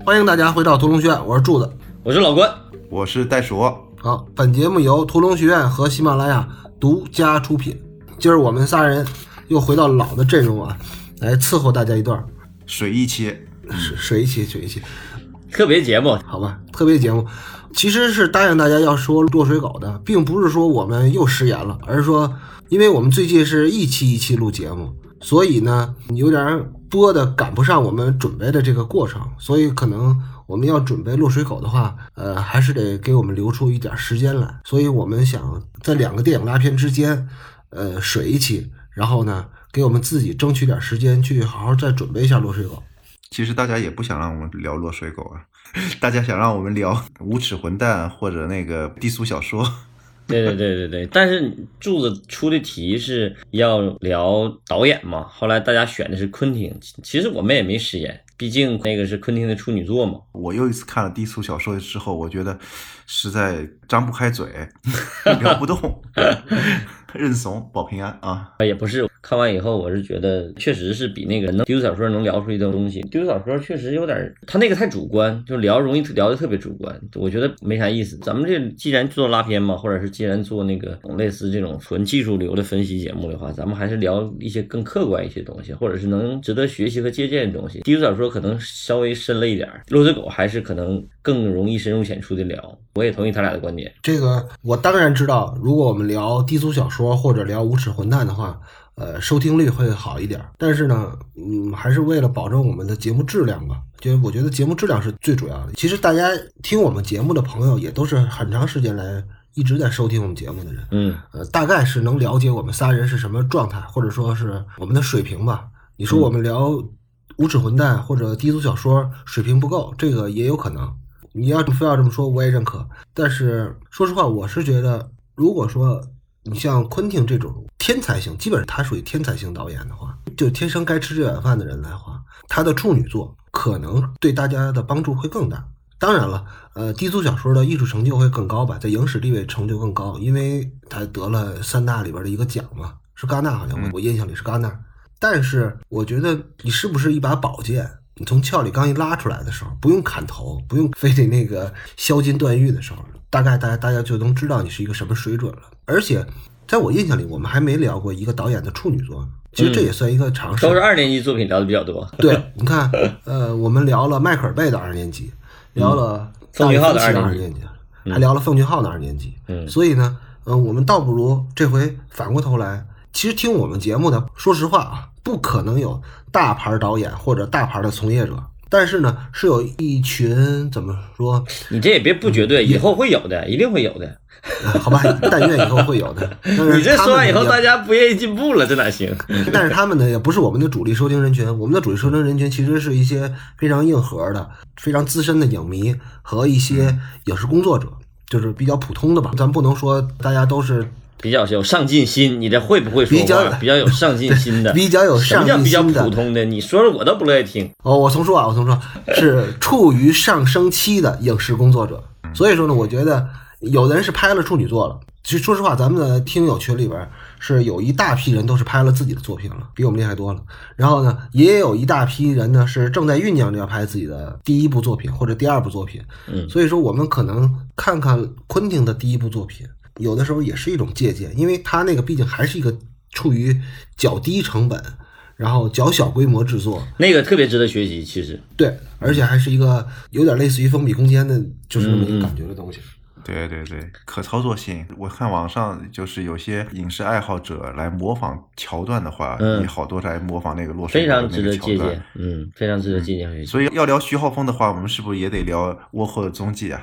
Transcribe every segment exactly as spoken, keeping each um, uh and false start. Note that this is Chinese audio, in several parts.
欢迎大家回到屠龙学院，我是柱子， 我是老关， 我是袋鼠。 好，本节目由屠龙学院和喜马拉雅独家出品。今儿我们仨人又回到老的阵容啊，来伺候大家一段水一期， 水水一期水一期特别节目， 好吧，特别节目。其实是答应大家要说落水狗的，并不是说我们又食言了，而是说因为我们最近是一期一期录节目，所以呢有点播的赶不上我们准备的这个过程，所以可能我们要准备落水狗的话，呃，还是得给我们留出一点时间来。所以我们想在两个电影拉片之间，呃，水一期，然后呢，给我们自己争取点时间去好好再准备一下落水狗。 其实大家也不想让我们聊落水狗啊，大家想让我们聊无耻混蛋或者那个低俗小说。 对对对对对，但是柱子出的题是要聊导演嘛，后来大家选的是昆汀，其实我们也没食言，毕竟那个是昆汀的处女作嘛。 我又一次看了低俗小说之后，我觉得实在张不开嘴，聊不动，认怂保平安啊！ 也不是，看完以后我是觉得确实是比那个能低俗小说能聊出一堆东西。低俗小说确实有点，他那个太主观，就聊容易聊的特别主观，我觉得没啥意思。咱们这既然做拉片嘛，或者是既然做那个类似这种纯技术流的分析节目的话，咱们还是聊一些更客观一些东西，或者是能值得学习和借鉴的东西。低俗小说可能稍微深了一点，落水狗还是可能更容易深入浅出的聊。我也同意他俩的观点。 这个我当然知道，如果我们聊低俗小说或者聊无耻混蛋的话，呃，收听率会好一点。但是呢，嗯，还是为了保证我们的节目质量吧，就我觉得节目质量是最主要的。其实大家听我们节目的朋友也都是很长时间来一直在收听我们节目的人， 嗯， 呃，大概是能了解我们仨人是什么状态，或者说是我们的水平吧。你说我们聊无耻混蛋或者低俗小说水平不够，这个也有可能。你要非要这么说，我也认可。但是说实话，我是觉得，如果说你像昆汀这种天才型，基本上他属于天才型导演的话，就天生该吃这碗饭的人来话，他的处女作可能对大家的帮助会更大。当然了，呃，低俗小说的艺术成就会更高吧，在影史地位成就更高，因为他得了三大里边的一个奖嘛，是戛纳好像，我印象里是戛纳。但是我觉得你是不是一把宝剑？你从鞘里刚一拉出来的时候，不用砍头，不用非得那个削金断玉的时候，大概大家大家就能知道你是一个什么水准了。而且在我印象里，我们还没聊过一个导演的处女作，其实这也算一个尝试。 嗯、都是二年级作品聊的比较多。 对，你看，呃，我们聊了迈克尔贝的二年级，聊了奉俊昊的二年级，嗯、还聊了奉俊昊的二年级。 嗯， 所以呢，呃，我们倒不如这回反过头来，其实听我们节目的，说实话啊，不可能有大牌导演或者大牌的从业者，但是呢，是有一群怎么说？ 你这也别不绝对，以后会有的，一定会有的。 呃、好吧，但愿以后会有的。 你这说完以后，大家不愿意进步了，这哪行？ 但是他们呢，也不是我们的主力收听人群。我们的主力收听人群其实是一些非常硬核的、非常资深的影迷和一些影视工作者，就是比较普通的吧。咱不能说大家都是。 比较有上进心，你这会不会说话？比较比较有上进心的， 比较有上进心的， 什么叫比较普通的？你说说我都不乐意听。 哦，我重说啊，我重说，是处于上升期的影视工作者。所以说呢，我觉得有的人是拍了处女作了。其实说实话，咱们的听友群里边是有一大批人都是拍了自己的作品了，比我们厉害多了。然后呢，也有一大批人呢是正在酝酿着要拍自己的第一部作品或者第二部作品。 嗯， 所以说我们可能看看昆汀的第一部作品。有的时候也是一种借鉴，因为他那个毕竟还是一个处于较低成本，然后较小规模制作， 那个特别值得学习。其实对，而且还是一个有点类似于封闭空间的，就是那么一个感觉的东西。 嗯对对对，可操作性。我看网上就是有些影视爱好者来模仿桥段的话，嗯，也好多来模仿那个落水狗的那个桥段，非常值得借鉴。 嗯，非常值得借鉴、嗯。 所以要聊徐浩峰的话，我们是不是也得聊倭寇的踪迹啊？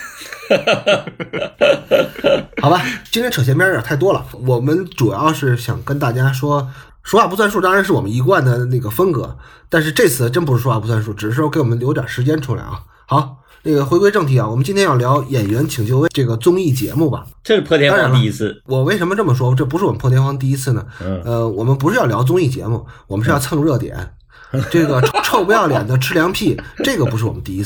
好吧，今天扯闲篇有点太多了。我们主要是想跟大家说，说话不算数，当然是我们一贯的那个风格，但是这次真不是说话不算数，只是说给我们留点时间出来啊。好。那个回归正题啊，我们今天要聊《演员请就位》这个综艺节目吧。 这是破天荒第一次。 我为什么这么说？这不是我们破天荒第一次呢？ 嗯、 呃，我们不是要聊综艺节目，我们是要蹭热点。嗯、这个臭不要脸的吃凉屁，这个不是我们第一次。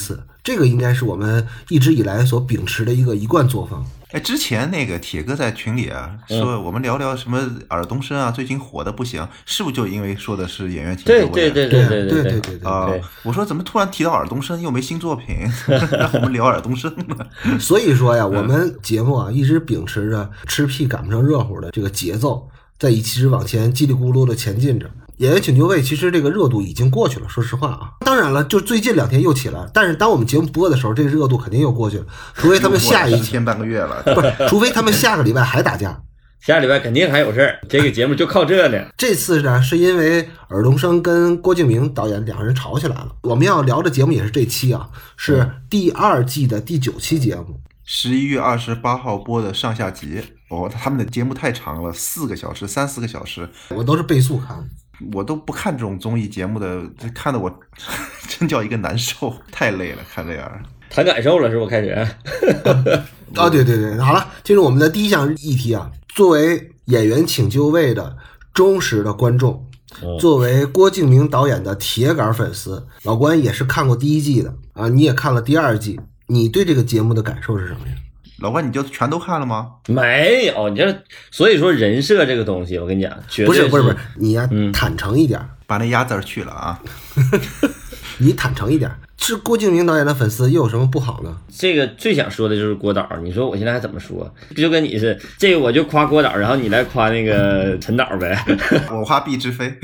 这个应该是我们一直以来所秉持的一个一贯作风。 哎，之前那个铁哥在群里啊说，我们聊聊什么尔冬升啊，最近火的不行，是不是就因为说的是演员请就位？ 对对对对对对对对对啊！我说怎么突然提到尔冬升，又没新作品，让我们聊尔冬升呢？ 所以说呀，我们节目啊一直秉持着吃屁赶不上热乎的这个节奏，在一直往前叽里咕噜的前进着。演员请就位其实这个热度已经过去了，说实话啊。当然了，就最近两天又起来，但是当我们节目播的时候，这个热度肯定又过去了，除非他们下一天半个月了， 不是，除非他们下个礼拜还打架。 下礼拜肯定还有事儿，这个节目就靠这呢。 这次呢，是因为尔冬升跟郭敬明导演两人吵起来了。我们要聊的节目也是这期啊，是第二季的第九期节目， 十一月二十八号播的上下集。哦，他们的节目太长了，四个小时，三四个小时， 我都是倍速看。 我都不看这种综艺节目的，看得我真叫一个难受，太累了，看这样。 谈感受了是不？开始。 哦，对对对，好了，进入我们的第一项议题啊。作为演员请就位的忠实的观众，作为郭敬明导演的铁杆粉丝，老关也是看过第一季的啊，你也看了第二季，你对这个节目的感受是什么呀？ 老关，你就全都看了吗？ 没有，你这所以说人设这个东西，我跟你讲，绝对不是不是不是，你呀、嗯、坦诚一点， 把那鸭字去了啊。 你坦诚一点，是郭敬明导演的粉丝又有什么不好呢？ 这个最想说的就是郭导，你说我现在还怎么说？就跟你是这个，我就夸郭导，然后你来夸那个陈导呗。 我夸毕志飞。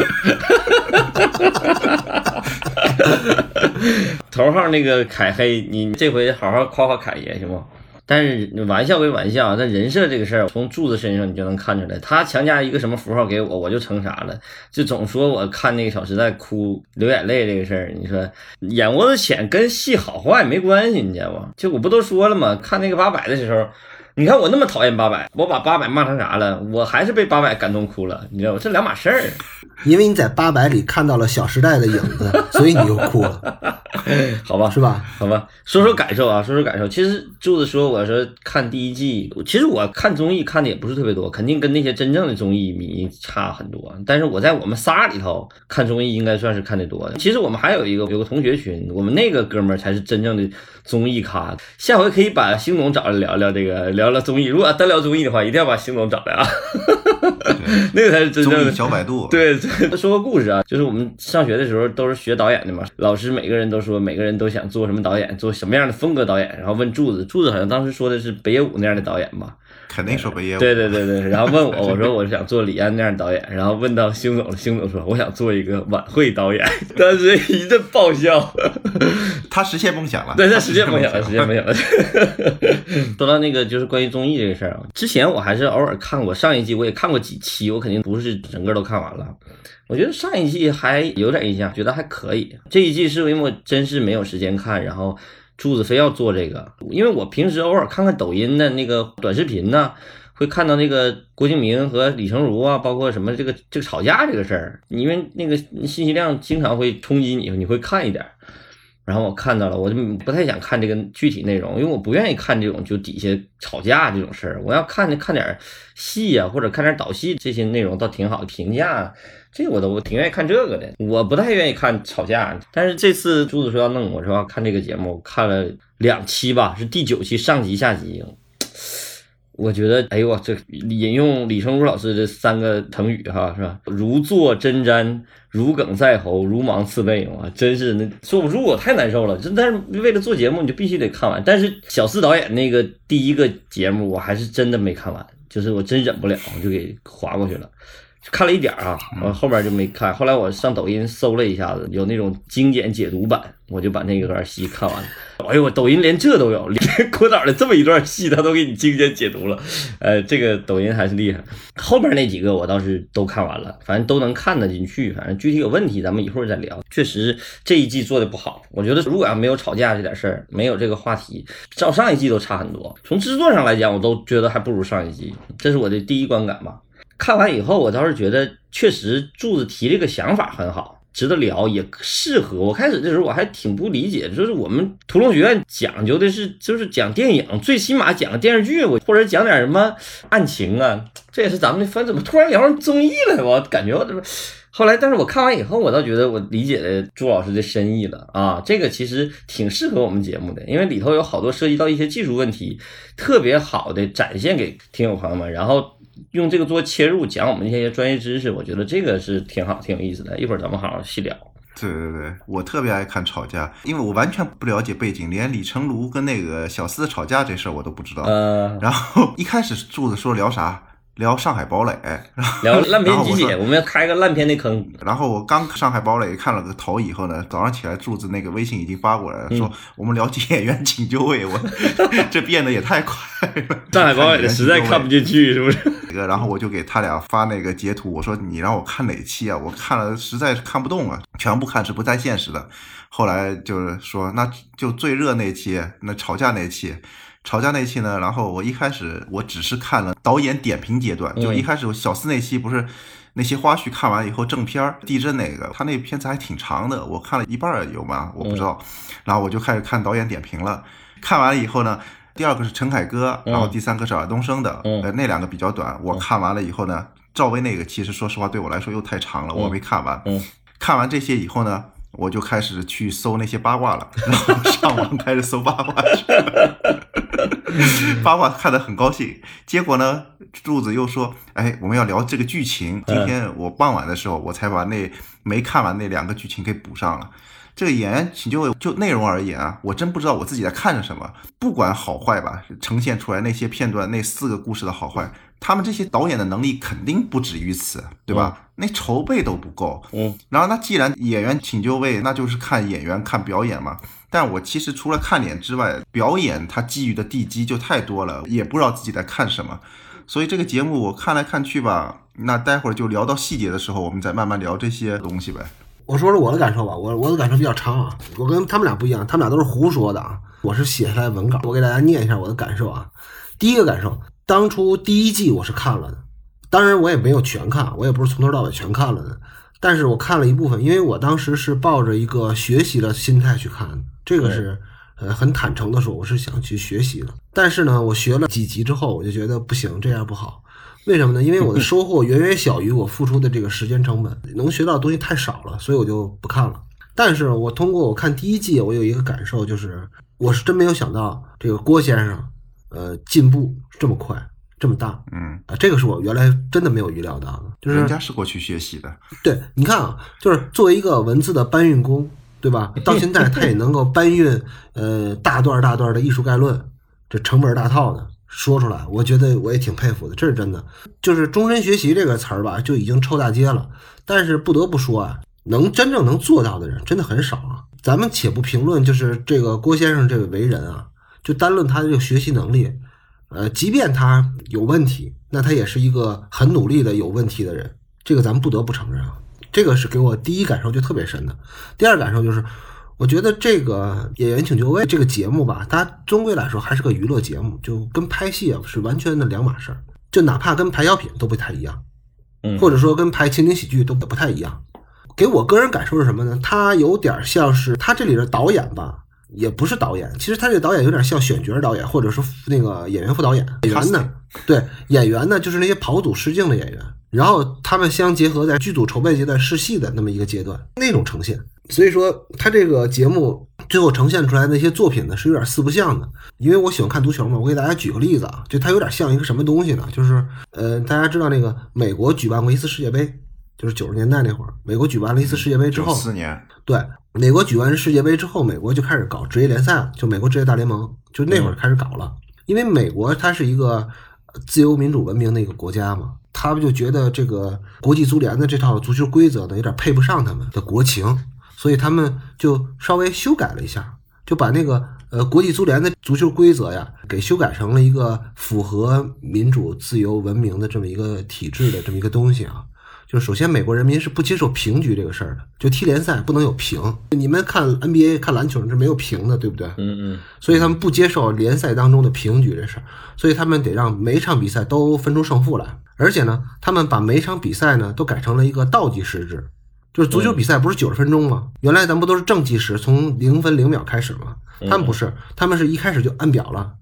头号那个凯黑，你这回好好夸夸凯爷行不？但是玩笑归玩笑，但人设这个事儿，从柱子身上你就能看出来，他强加一个什么符号给我，我就成啥了。就总说我看那个《小时代》哭流眼泪这个事儿，你说眼窝子浅跟戏好坏没关系，你知道吗？就我不都说了吗？看那个八百的时候，你看我那么讨厌八百，我把八百骂成啥了？我还是被八百感动哭了，你知道吗？这两码事儿。 因为你在八百里看到了《小时代》的影子，所以你又哭了。 好吧， 是吧？ 好吧，说说感受啊，说说感受。其实柱子说，我说看第一季，其实我看综艺看的也不是特别多，肯定跟那些真正的综艺迷差很多。但是我在我们仨里头看综艺应该算是看的多的。其实我们还有一个有个同学群，我们那个哥们儿才是真正的综艺咖。下回可以把星总找来聊聊这个，聊聊综艺。如果单聊综艺的话，一定要把星总找来啊。那个才是真正的小百度。 对，说个故事啊，就是我们上学的时候都是学导演的嘛，老师每个人都说每个人都想做什么导演，做什么样的风格导演，然后问柱子，柱子好像当时说的是北野武那样的导演吧。 肯定说北野武。 对对对对，然后问我，我说我想做李安那样的导演，然后问到星总，星总说我想做一个晚会导演，当时一阵爆笑。 他实现梦想了， 对，他实现梦想了，实现梦想了。说到那个就是关于综艺这个事儿啊，之前我还是偶尔看过，上一季我也看过几期，我肯定不是整个都看完了。我觉得上一季还有点印象，觉得还可以。这一季是因为我真是没有时间看，然后柱子非要做这个，因为我平时偶尔看看抖音的那个短视频呢，会看到那个郭敬明和李成儒啊，包括什么这个这个吵架这个事儿，因为那个信息量经常会冲击你，你会看一点。然后我看到了，我就不太想看这个具体内容，因为我不愿意看这种就底下吵架这种事儿，我要看看点戏啊，或者看点导戏这些内容倒挺好，评价这个我都我挺愿意看这个的，我不太愿意看吵架。但是这次柱子说要弄，我说要看这个节目，看了两期吧，是第九期上集下集。我觉得，哎呦，这引用李成儒老师的三个成语哈，是吧？如坐针毡，如鲠在喉，如芒刺背嘛，真是那坐不住，太难受了。真但是为了做节目，你就必须得看完。但是小四导演那个第一个节目，我还是真的没看完，就是我真忍不了，我就给划过去了。看了一点啊，我后边就没看。后来我上抖音搜了一下子，有那种精简解读版，我就把那个段戏看完了。哎呦，我抖音连这都有，连郭导的这么一段戏，他都给你精简解读了。呃，这个抖音还是厉害。后边那几个我倒是都看完了，反正都能看得进去。反正具体有问题，咱们一会儿再聊。确实这一季做的不好，我觉得如果要没有吵架这点事儿，没有这个话题，照上一季都差很多。从制作上来讲，我都觉得还不如上一季，这是我的第一观感吧。看完以后，我倒是觉得确实柱子提这个想法很好，值得聊，也适合。我开始的时候我还挺不理解，就是我们屠龙学院讲究的是就是讲电影，最起码讲个电视剧，或者讲点什么案情啊， 这也是咱们的分怎么突然聊上综艺了？我感觉我这后来，但是我看完以后，我倒觉得我理解了朱老师的深意了啊。这个其实挺适合我们节目的，因为里头有好多涉及到一些技术问题，特别好的展现给听友朋友们，然后用这个做切入讲我们这些专业知识，我觉得这个是挺好挺有意思的。一会儿咱们好好细聊。 对对对，我特别爱看吵架，因为我完全不了解背景，连李成儒跟那个小四吵架这事儿我都不知道。 呃， 然后一开始柱子说聊啥？聊上海堡垒， 聊烂片集锦，我们要开个烂片的坑。 然后我刚上海堡垒看了个头以后呢，早上起来柱子那个微信已经发过来了，说、嗯、我们了解演员请就位，我这变得也太快了。 上海堡垒实在看不进去，是不是？ 然后我就给他俩发那个截图，我说你让我看哪期啊？我看了实在是看不动啊，全部看是不太现实的。后来就是说，那就最热那期，那吵架那期。吵架那期呢，然后我一开始我只是看了导演点评阶段，就一开始小四那期不是那些花絮看完以后正片地震那个，他那片子还挺长的，我看了一半有吗？我不知道，然后我就开始看导演点评了。看完了以后呢，第二个是陈凯歌，然后第三个是尔冬升的，呃，那两个比较短。我看完了以后呢，赵薇那个其实说实话对我来说又太长了，我没看完。看完这些以后呢，我就开始去搜那些八卦了，然后上网开始搜八卦去了。八卦看得很高兴，结果呢，柱子又说：“哎，我们要聊这个剧情。”今天我傍晚的时候，我才把那没看完那两个剧情给补上了。这个演员请就位就内容而言啊，我真不知道我自己在看着什么。不管好坏吧，呈现出来那些片段，那四个故事的好坏，他们这些导演的能力肯定不止于此，对吧？嗯、那筹备都不够。嗯。然后那既然演员请就位，那就是看演员看表演嘛。但我其实除了看脸之外，表演它基于的地基就太多了，也不知道自己在看什么。所以这个节目我看来看去吧，那待会儿就聊到细节的时候，我们再慢慢聊这些东西呗。 我说说我的感受吧，我我的感受比较长啊，我跟他们俩不一样，他们俩都是胡说的啊，我是写下来文稿，我给大家念一下我的感受啊。第一个感受，当初第一季我是看了的，当然我也没有全看，我也不是从头到尾全看了的，但是我看了一部分，因为我当时是抱着一个学习的心态去看的，这个是呃很坦诚的说，我是想去学习的。但是呢，我学了几集之后，我就觉得不行，这样不好。为什么呢？因为我的收获远远小于我付出的这个时间成本，能学到的东西太少了，所以我就不看了。但是我通过我看第一季，我有一个感受，就是我是真没有想到这个郭先生，呃，进步这么快，这么大。嗯啊，这个是我原来真的没有预料到的，就是人家是过去学习的。 对，你看啊，就是作为一个文字的搬运工，对吧？到现在他也能够搬运呃大段大段的艺术概论，这成本大套的。说出来，我觉得我也挺佩服的，这是真的。就是终身学习这个词儿吧，就已经臭大街了。但是不得不说啊，能真正能做到的人真的很少啊。咱们且不评论，就是这个郭先生这个为人啊，就单论他的这个学习能力，呃，即便他有问题，那他也是一个很努力的有问题的人，这个咱们不得不承认啊。这个是给我第一感受就特别深的。第二感受就是，我觉得这个演员请就位这个节目吧，它终归来说还是个娱乐节目，就跟拍戏啊是完全的两码事儿，就哪怕跟拍小品都不太一样，或者说跟拍情景喜剧都不太一样。给我个人感受是什么呢？他有点像是他这里的导演吧，也不是导演，其实他这个导演有点像选角导演，或者说那个演员副导演。演员呢，对，演员呢就是那些跑组试镜的演员，然后他们相结合在剧组筹备阶段试戏的那么一个阶段，那种呈现。所以说他这个节目最后呈现出来的那些作品呢是有点四不像的。因为我喜欢看足球嘛，我给大家举个例子啊，就它有点像一个什么东西呢，就是呃大家知道那个美国举办过一次世界杯，就是九十年代那会儿美国举办了一次世界杯之后， 九四年， 对，美国举办世界杯之后，美国就开始搞职业联赛了，就美国职业大联盟，就那会儿开始搞了。因为美国它是一个自由民主文明的一个国家嘛，他们就觉得这个国际足联的这套足球规则呢有点配不上他们的国情，所以他们就稍微修改了一下，就把那个呃国际足联的足球规则呀给修改成了一个符合民主自由文明的这么一个体制的这么一个东西啊。就是首先美国人民是不接受平局这个事儿的，就踢联赛不能有平，你们看 N B A 看篮球是没有平的，对不对？ 嗯嗯。 所以他们不接受联赛当中的平局这事儿，所以他们得让每场比赛都分出胜负来，而且呢，他们把每场比赛呢都改成了一个倒计时制，就是足球比赛不是九十分钟吗？原来咱们不都是正计时，从零分零秒开始吗？他们不是，他们是一开始就按表了，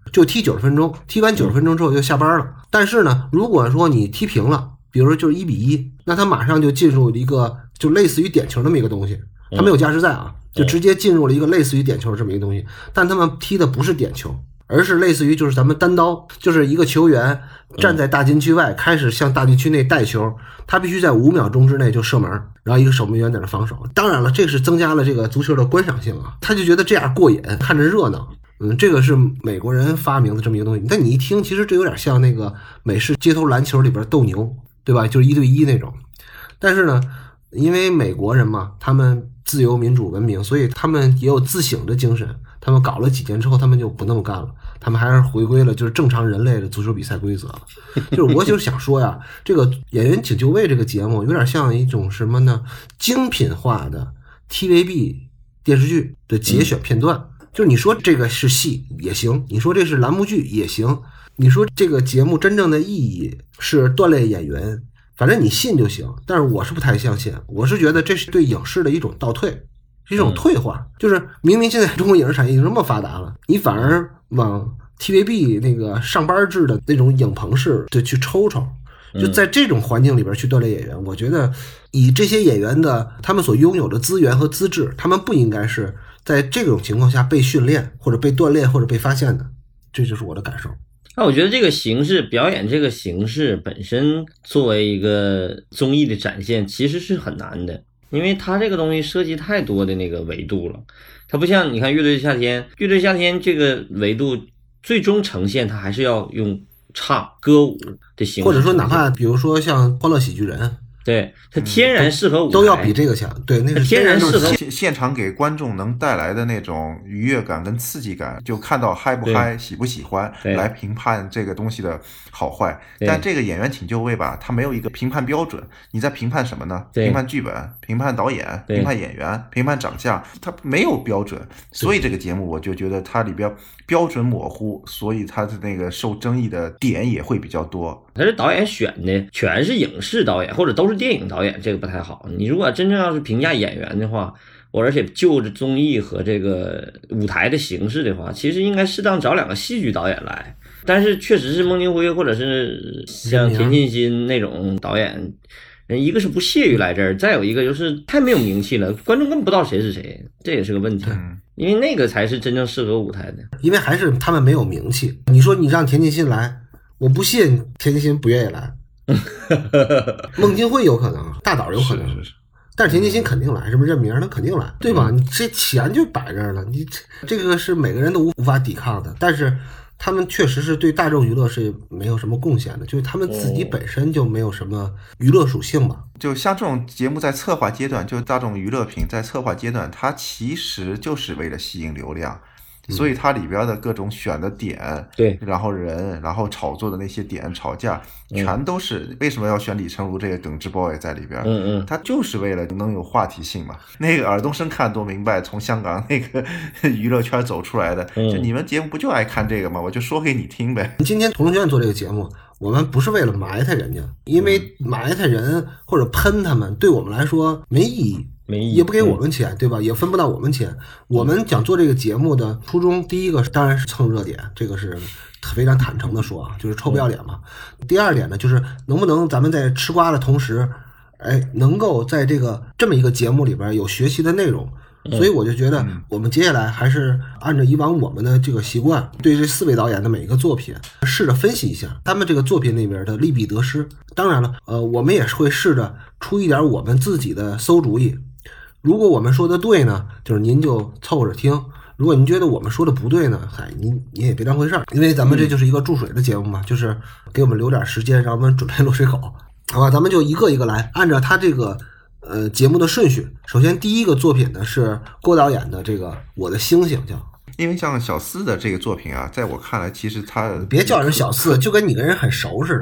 就踢九十分钟，踢完九十分钟之后就下班了。但是呢，如果说你踢平了，比如说就是一比一，那他马上就进入一个就类似于点球这么一个东西，他没有加时赛啊，就直接进入了一个类似于点球这么一个东西，但他们踢的不是点球，而是类似于就是咱们单刀，就是一个球员站在大禁区外开始向大禁区内带球，他必须在五秒钟之内就射门，然后一个守门员在那防守。当然了，这是增加了这个足球的观赏性啊，他就觉得这样过瘾，看着热闹。嗯，这个是美国人发明的这么一个东西，但你一听，其实这有点像那个美式街头篮球里边斗牛，对吧？就是一对一那种。但是呢，因为美国人嘛，他们自由民主文明，所以他们也有自省的精神。他们搞了几年之后，他们就不那么干了，他们还是回归了就是正常人类的足球比赛规则了。就是我就是想说呀，这个演员请就位这个节目有点像一种什么呢？精品化的 T V B 电视剧的节选片段。嗯，就是你说这个是戏也行，你说这是栏目剧也行，你说这个节目真正的意义是锻炼演员，反正你信就行。但是我是不太相信，我是觉得这是对影视的一种倒退，是一种退化。就是明明现在中国影视产业已经这么发达了，你反而往 T V B 那个上班制的那种影棚式的去抽抽，就在这种环境里边去锻炼演员。我觉得以这些演员的他们所拥有的资源和资质，他们不应该是在这种情况下被训练或者被锻炼或者被发现的，这就是我的感受。 那我觉得这个形式表演这个形式本身作为一个综艺的展现其实是很难的，因为它这个东西涉及太多的那个维度了。它不像你看乐队夏天，乐队夏天这个维度最终呈现它还是要用唱歌舞的形式， 或者说哪怕比如说像欢乐喜剧人， 对，它天然适合舞台， 都要比这个强。对，那是天然适合现现场给观众能带来的那种愉悦感跟刺激感，就看到嗨不嗨、喜不喜欢来评判这个东西的好坏。但这个演员请就位吧，它没有一个评判标准。你在评判什么呢？评判剧本、评判导演、评判演员、评判长相，它没有标准。所以这个节目我就觉得它里边标准模糊，所以它的那个受争议的点也会比较多。 他这导演选的全是影视导演或者都是电影导演，这个不太好。你如果真正要是评价演员的话，我而且就着综艺和这个舞台的形式的话，其实应该适当找两个戏剧导演来。但是确实是孟京辉或者是像田沁鑫那种导演，一个是不屑于来这儿，再有一个就是太没有名气了，观众根本不知道谁是谁，这也是个问题。因为那个才是真正适合舞台的， 因为还是他们没有名气。你说你让田沁鑫来，我不信田沁鑫不愿意来。孟京辉有可能，大导有可能， 是是是， 但是田沁鑫肯定来，是不是认名？那肯定来，对吧？你这钱就摆这儿了，你这个是每个人都无无法抵抗的。但是他们确实是对大众娱乐是没有什么贡献的，就是他们自己本身就没有什么娱乐属性吧。 就像这种节目在策划阶段，就大众娱乐品在策划阶段，它其实就是为了吸引流量。所以它里边的各种选的点， 对， 然后人，然后炒作的那些点，吵架，全都是、嗯、为什么要选李成儒这个耿直 boy 在里边？ 嗯嗯， 他就是为了能有话题性嘛。那个尔冬升看多明白，从香港那个娱乐圈走出来的， 嗯、 就你们节目不就爱看这个吗？我就说给你听呗。 今天同性恋做这个节目，我们不是为了埋汰人家，因为埋汰人或者喷他们，对我们来说没意义。 没意义， 也不给我们钱，对吧？也分不到我们钱。我们讲做这个节目的初衷，第一个当然是蹭热点，这个是非常坦诚的说啊，就是臭不要脸嘛。第二点呢，就是能不能咱们在吃瓜的同时，哎，能够在这个这么一个节目里边有学习的内容。所以我就觉得，我们接下来还是按照以往我们的这个习惯，对这四位导演的每一个作品试着分析一下他们这个作品里边的利弊得失。当然了，呃，我们也是会试着出一点我们自己的馊主意。如果我们说的对呢，就是您就凑合着听；如果您觉得我们说的不对呢，嗨，您您也别当回事儿，因为咱们这就是一个注水的节目嘛，就是给我们留点时间，让我们准备落水口，好吧？咱们就一个一个来，按照他这个呃节目的顺序。首先第一个作品呢是郭导演的这个《我的星星》，叫。 因为像小四的这个作品啊，在我看来，其实他别叫人小四，就跟你跟人很熟似的。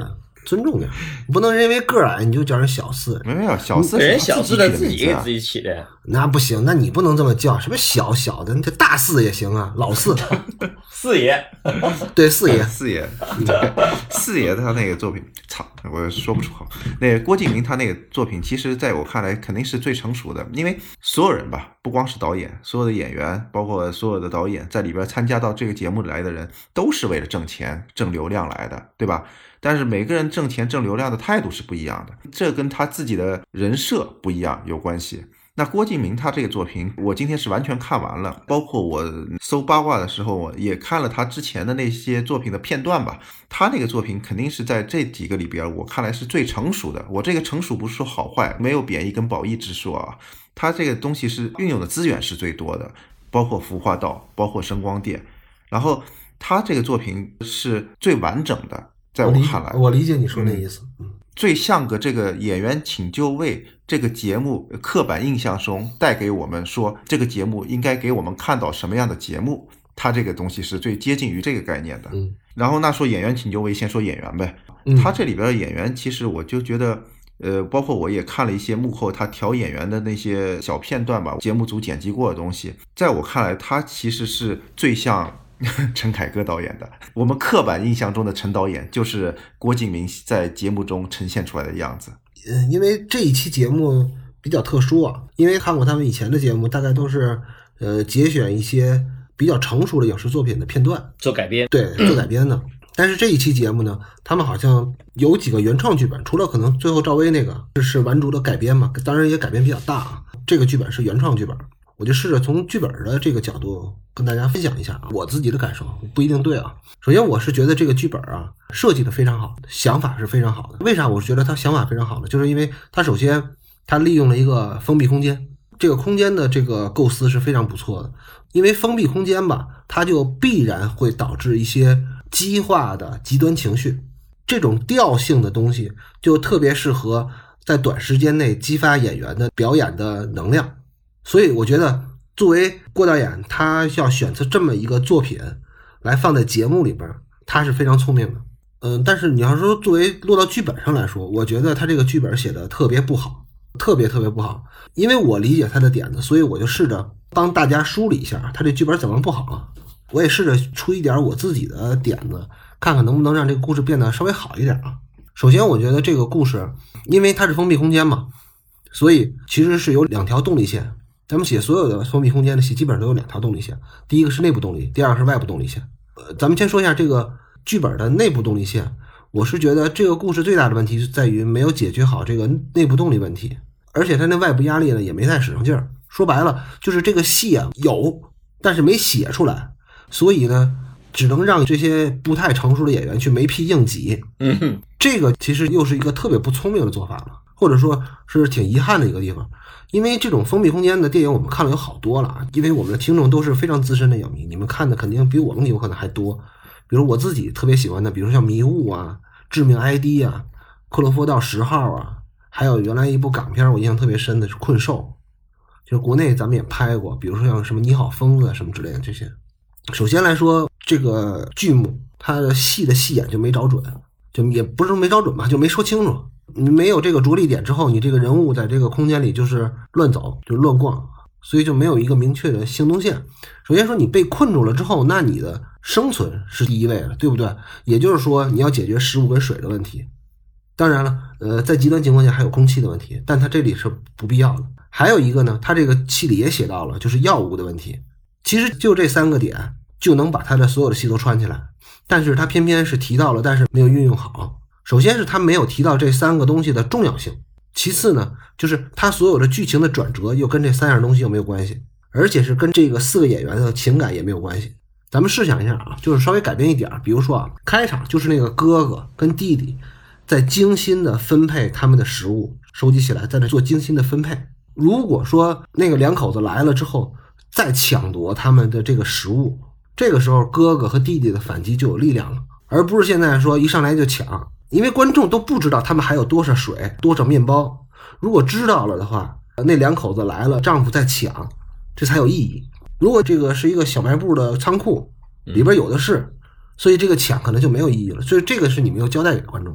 尊重点，你不能因为个矮你就叫人小四。 没有小四， 人小四的自己给啊自己起的呀。 那不行，那你不能这么叫，什么小小的，这大四也行啊，老四， 四爷， 对四爷， 四爷，对四爷他那个作品，操，我说不出口。那个郭敬明他那个作品，其实在我看来肯定是最成熟的，因为所有人吧，不光是导演，所有的演员，包括所有的导演在里边参加到这个节目来的人，都是为了挣钱、挣流量来的，对吧？但是每个人挣钱挣流量的态度是不一样的，这跟他自己的人设不一样有关系。那郭敬明他这个作品，我今天是完全看完了，包括我搜八卦的时候，我也看了他之前的那些作品的片段吧。他那个作品肯定是在这几个里边，我看来是最成熟的。我这个成熟不是说好坏，没有贬义跟褒义之说啊。他这个东西是运用的资源是最多的，包括服化道，包括声光电，然后他这个作品是最完整的。在我看来， 我理解你说那意思， 嗯，最像个这个演员请就位这个节目刻板印象中带给我们说这个节目应该给我们看到什么样的节目，它这个东西是最接近于这个概念的。 嗯， 然后那说演员请就位，先说演员呗。 嗯， 他这里边的演员，其实我就觉得，呃，包括我也看了一些幕后他调演员的那些小片段吧，节目组剪辑过的东西，在我看来，他其实是最像陈凯歌导演的。我们刻板印象中的陈导演就是郭敬明在节目中呈现出来的样子。 嗯，因为这一期节目比较特殊啊，因为看过他们以前的节目，大概都是呃节选一些比较成熟的影视作品的片段做改编， 对，做改编的。但是这一期节目呢，他们好像有几个原创剧本，除了可能最后赵薇那个是顽主的改编嘛，当然也改编比较大啊。这个剧本是原创剧本，我就试着从剧本的这个角度跟大家分享一下我自己的感受，不一定对啊。首先我是觉得这个剧本啊设计的非常好，想法是非常好的。为啥我觉得它想法非常好呢？就是因为它首先它利用了一个封闭空间，这个空间的这个构思是非常不错的。因为封闭空间吧，它就必然会导致一些激化的极端情绪，这种调性的东西就特别适合在短时间内激发演员的表演的能量。所以我觉得作为郭导演，他要选择这么一个作品来放在节目里边，他是非常聪明的。嗯，但是你要说作为落到剧本上来说，我觉得他这个剧本写的特别不好，特别特别不好。因为我理解他的点子，所以我就试着帮大家梳理一下他这剧本怎么不好啊。我也试着出一点我自己的点子，看看能不能让这个故事变得稍微好一点啊。首先我觉得这个故事因为它是封闭空间嘛，所以其实是有两条动力线。咱们写所有的封闭空间的戏基本上都有两条动力线，第一个是内部动力，第二个是外部动力线。呃，咱们先说一下这个剧本的内部动力线。我是觉得这个故事最大的问题是在于没有解决好这个内部动力问题，而且它那外部压力呢也没太使上劲儿。说白了就是这个戏啊有，但是没写出来，所以呢只能让这些不太成熟的演员去没屁硬挤。 嗯， 这个其实又是一个特别不聪明的做法了，或者说是挺遗憾的一个地方。因为这种封闭空间的电影我们看了有好多了，因为我们的听众都是非常资深的影迷，你们看的肯定比我们有可能还多。比如我自己特别喜欢的，比如像迷雾啊、致命 I D 啊、克罗佛道十号啊，还有原来一部港片我印象特别深的是困兽，就是国内咱们也拍过，比如说像什么你好疯子什么之类的这些。首先来说这个剧目它的戏的戏眼就没找准，就也不是说没找准吧，就没说清楚。你没有这个着力点之后，你这个人物在这个空间里就是乱走，就是乱逛，所以就没有一个明确的行动线。首先说你被困住了之后，那你的生存是第一位的，对不对？也就是说你要解决食物跟水的问题。当然了，呃，在极端情况下还有空气的问题，但它这里是不必要的。还有一个呢，它这个戏里也写到了，就是药物的问题。其实就这三个点就能把它的所有的戏都串起来，但是它偏偏是提到了，但是没有运用好。首先是他没有提到这三个东西的重要性，其次呢就是他所有的剧情的转折又跟这三样东西又没有关系，而且是跟这个四个演员的情感也没有关系。咱们试想一下啊，就是稍微改变一点，比如说啊，开场就是那个哥哥跟弟弟在精心的分配他们的食物，收集起来在这做精心的分配。如果说那个两口子来了之后再抢夺他们的这个食物，这个时候哥哥和弟弟的反击就有力量了，而不是现在说一上来就抢。因为观众都不知道他们还有多少水多少面包，如果知道了的话，那两口子来了，丈夫在抢，这才有意义。如果这个是一个小卖部的仓库，里边有的是，所以这个抢可能就没有意义了。所以这个是你没有交代给观众的。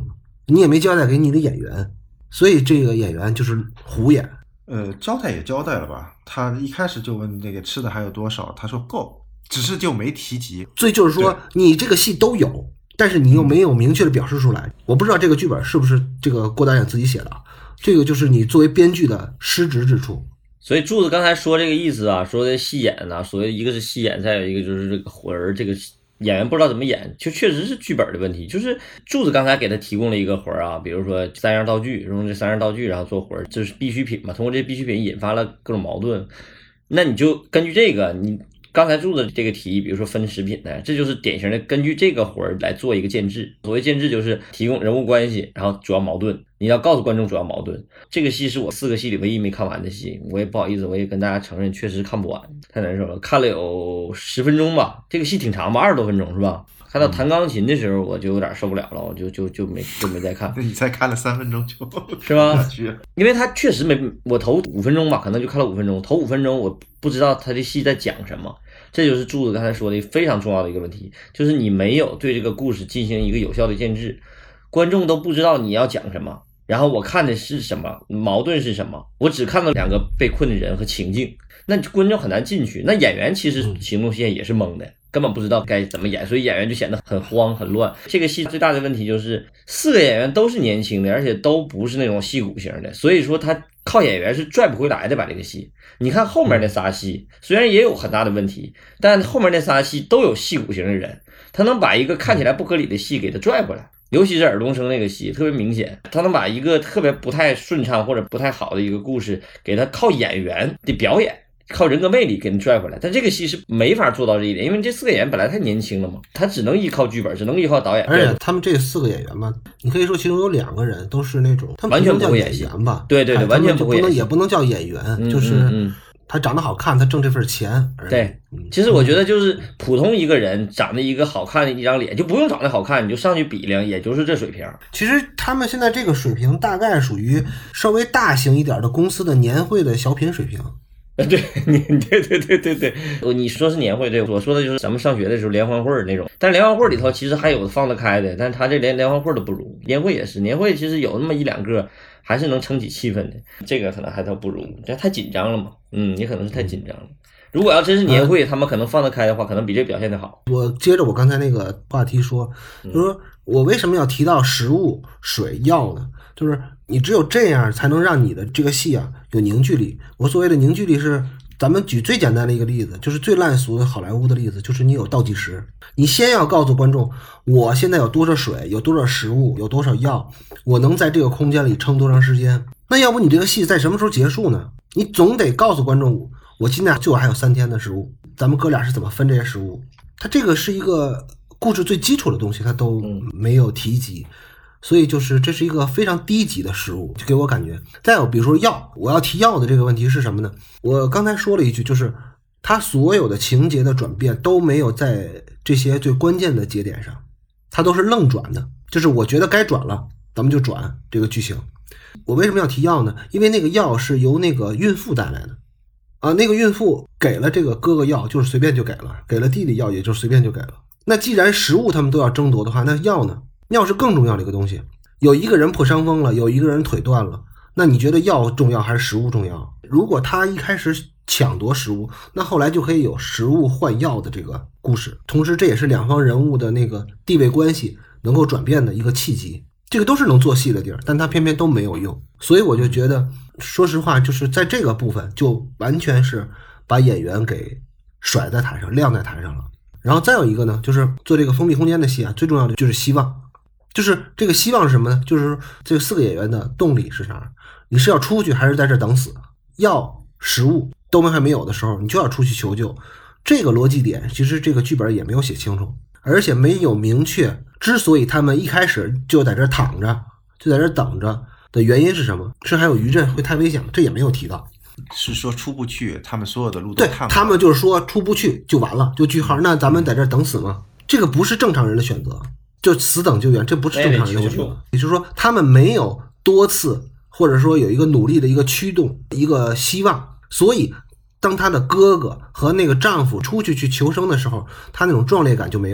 你也没交代给你的演员，所以这个演员就是胡演。 呃，交代也交代了吧？他一开始就问那个吃的还有多少，他说够，只是就没提及。 所以就是说，你这个戏都有，但是你又没有明确的表示出来。我不知道这个剧本是不是这个郭导演自己写的，这个就是你作为编剧的失职之处。 所以柱子刚才说这个意思啊，说的戏演啊，所谓一个是戏演，再有一个就是这个魂儿，这个演员不知道怎么演，就确实是剧本的问题。就是柱子刚才给他提供了一个魂儿啊，比如说三样道具，用这三样道具然后做魂儿，这是必需品嘛，通过这必需品引发了各种矛盾。那你就根据这个，你刚才柱子这个提议，比如说分食品的，这就是典型的根据这个魂儿来做一个建制。所谓建制就是提供人物关系，然后主要矛盾，你要告诉观众主要矛盾。这个戏是我四个戏里唯一没看完的戏，我也不好意思，我也跟大家承认，确实看不完，太难受了。看了有十分钟吧，这个戏挺长吧，二十多分钟是吧？看到弹钢琴的时候，我就有点受不了了，我就就就没就没再看。 你才看了三分钟就是吧？因为他确实没，我头五分钟吧，可能就看了五分钟，头五分钟我不知道他的戏在讲什么。这就是柱子刚才说的非常重要的一个问题，就是你没有对这个故事进行一个有效的建制，观众都不知道你要讲什么，然后我看的是什么，矛盾是什么，我只看到两个被困的人和情境，那观众很难进去。那演员其实行动线也是懵的，根本不知道该怎么演，所以演员就显得很慌很乱。这个戏最大的问题就是四个演员都是年轻的，而且都不是那种戏骨型的，所以说他靠演员是拽不回来的。把这个戏你看后面那仨戏虽然也有很大的问题，但后面那仨戏都有戏骨型的人，他能把一个看起来不合理的戏给他拽回来。尤其是尔冬升那个戏特别明显，他能把一个特别不太顺畅或者不太好的一个故事给他靠演员的表演靠人格魅力给你拽回来，但这个戏是没法做到这一点，因为这四个演员本来太年轻了嘛，他只能依靠剧本，只能依靠导演。 而且他们这四个演员嘛，你可以说其中有两个人都是那种他们完全不会演员吧？ 对对对，完全不会演， 也不能叫演员， 嗯、 就是嗯他长得好看，他挣这份钱而已。 对，其实我觉得就是普通一个人长得一个好看的一张脸，就不用长得好看，你就上去比量，也就是这水平。 其实他们现在这个水平大概属于稍微大型一点的公司的年会的小品水平。 对，你对对对对对，你说是年会，对我说的就是咱们上学的时候联欢会那种。但是联欢会里头其实还有放得开的，但是他这连联欢会都不如。年会也是，年会其实有那么一两个还是能撑起气氛的，这个可能还都不如，这太紧张了嘛。嗯，也可能是太紧张了。如果要真是年会，嗯、他们可能放得开的话，可能比这表现的好。 我接着我刚才那个话题说，就是说我为什么要提到食物、水、药呢？就是你只有这样才能让你的这个戏啊有凝聚力。我所谓的凝聚力是，咱们举最简单的一个例子，就是最烂俗的好莱坞的例子，就是你有倒计时，你先要告诉观众，我现在有多少水，有多少食物，有多少药，我能在这个空间里撑多长时间。那要不你这个戏在什么时候结束呢？你总得告诉观众，我现在就还有三天的食物，咱们哥俩是怎么分这些食物。它这个是一个故事最基础的东西，它都没有提及。所以就是这是一个非常低级的失误，就给我感觉。再有比如说药，我要提药的这个问题是什么呢？我刚才说了一句，就是它所有的情节的转变都没有在这些最关键的节点上，它都是愣转的，就是我觉得该转了咱们就转这个剧情。我为什么要提药呢？因为那个药是由那个孕妇带来的啊，那个孕妇给了这个哥哥药就是随便就给了，给了弟弟药也就随便就给了。那既然食物他们都要争夺的话，那药呢？药是更重要的一个东西。有一个人破伤风了，有一个人腿断了，那你觉得药重要还是食物重要？如果他一开始抢夺食物，那后来就可以有食物换药的这个故事，同时这也是两方人物的那个地位关系能够转变的一个契机。这个都是能做戏的地儿，但他偏偏都没有用。所以我就觉得说实话，就是在这个部分就完全是把演员给甩在台上，晾在台上了。然后再有一个呢，就是做这个封闭空间的戏啊，最重要的就是希望。就是这个希望是什么呢？就是这四个演员的动力是啥？你是要出去还是在这等死？药食物都还没有的时候，你就要出去求救。这个逻辑点其实这个剧本也没有写清楚，而且没有明确之所以他们一开始就在这躺着，就在这等着的原因是什么？是还有余震会太危险吗？这也没有提到。 是说出不去，他们所有的路都看不到。 对，他们就是说出不去就完了，就句号。那咱们在这等死吗？这个不是正常人的选择。就死等救援，这不是正常人的选择。也就是说，他们没有多次，或者说有一个努力的一个驱动，一个希望。所以，当她的哥哥和那个丈夫出去去求生的时候，她那种壮烈感就没有了。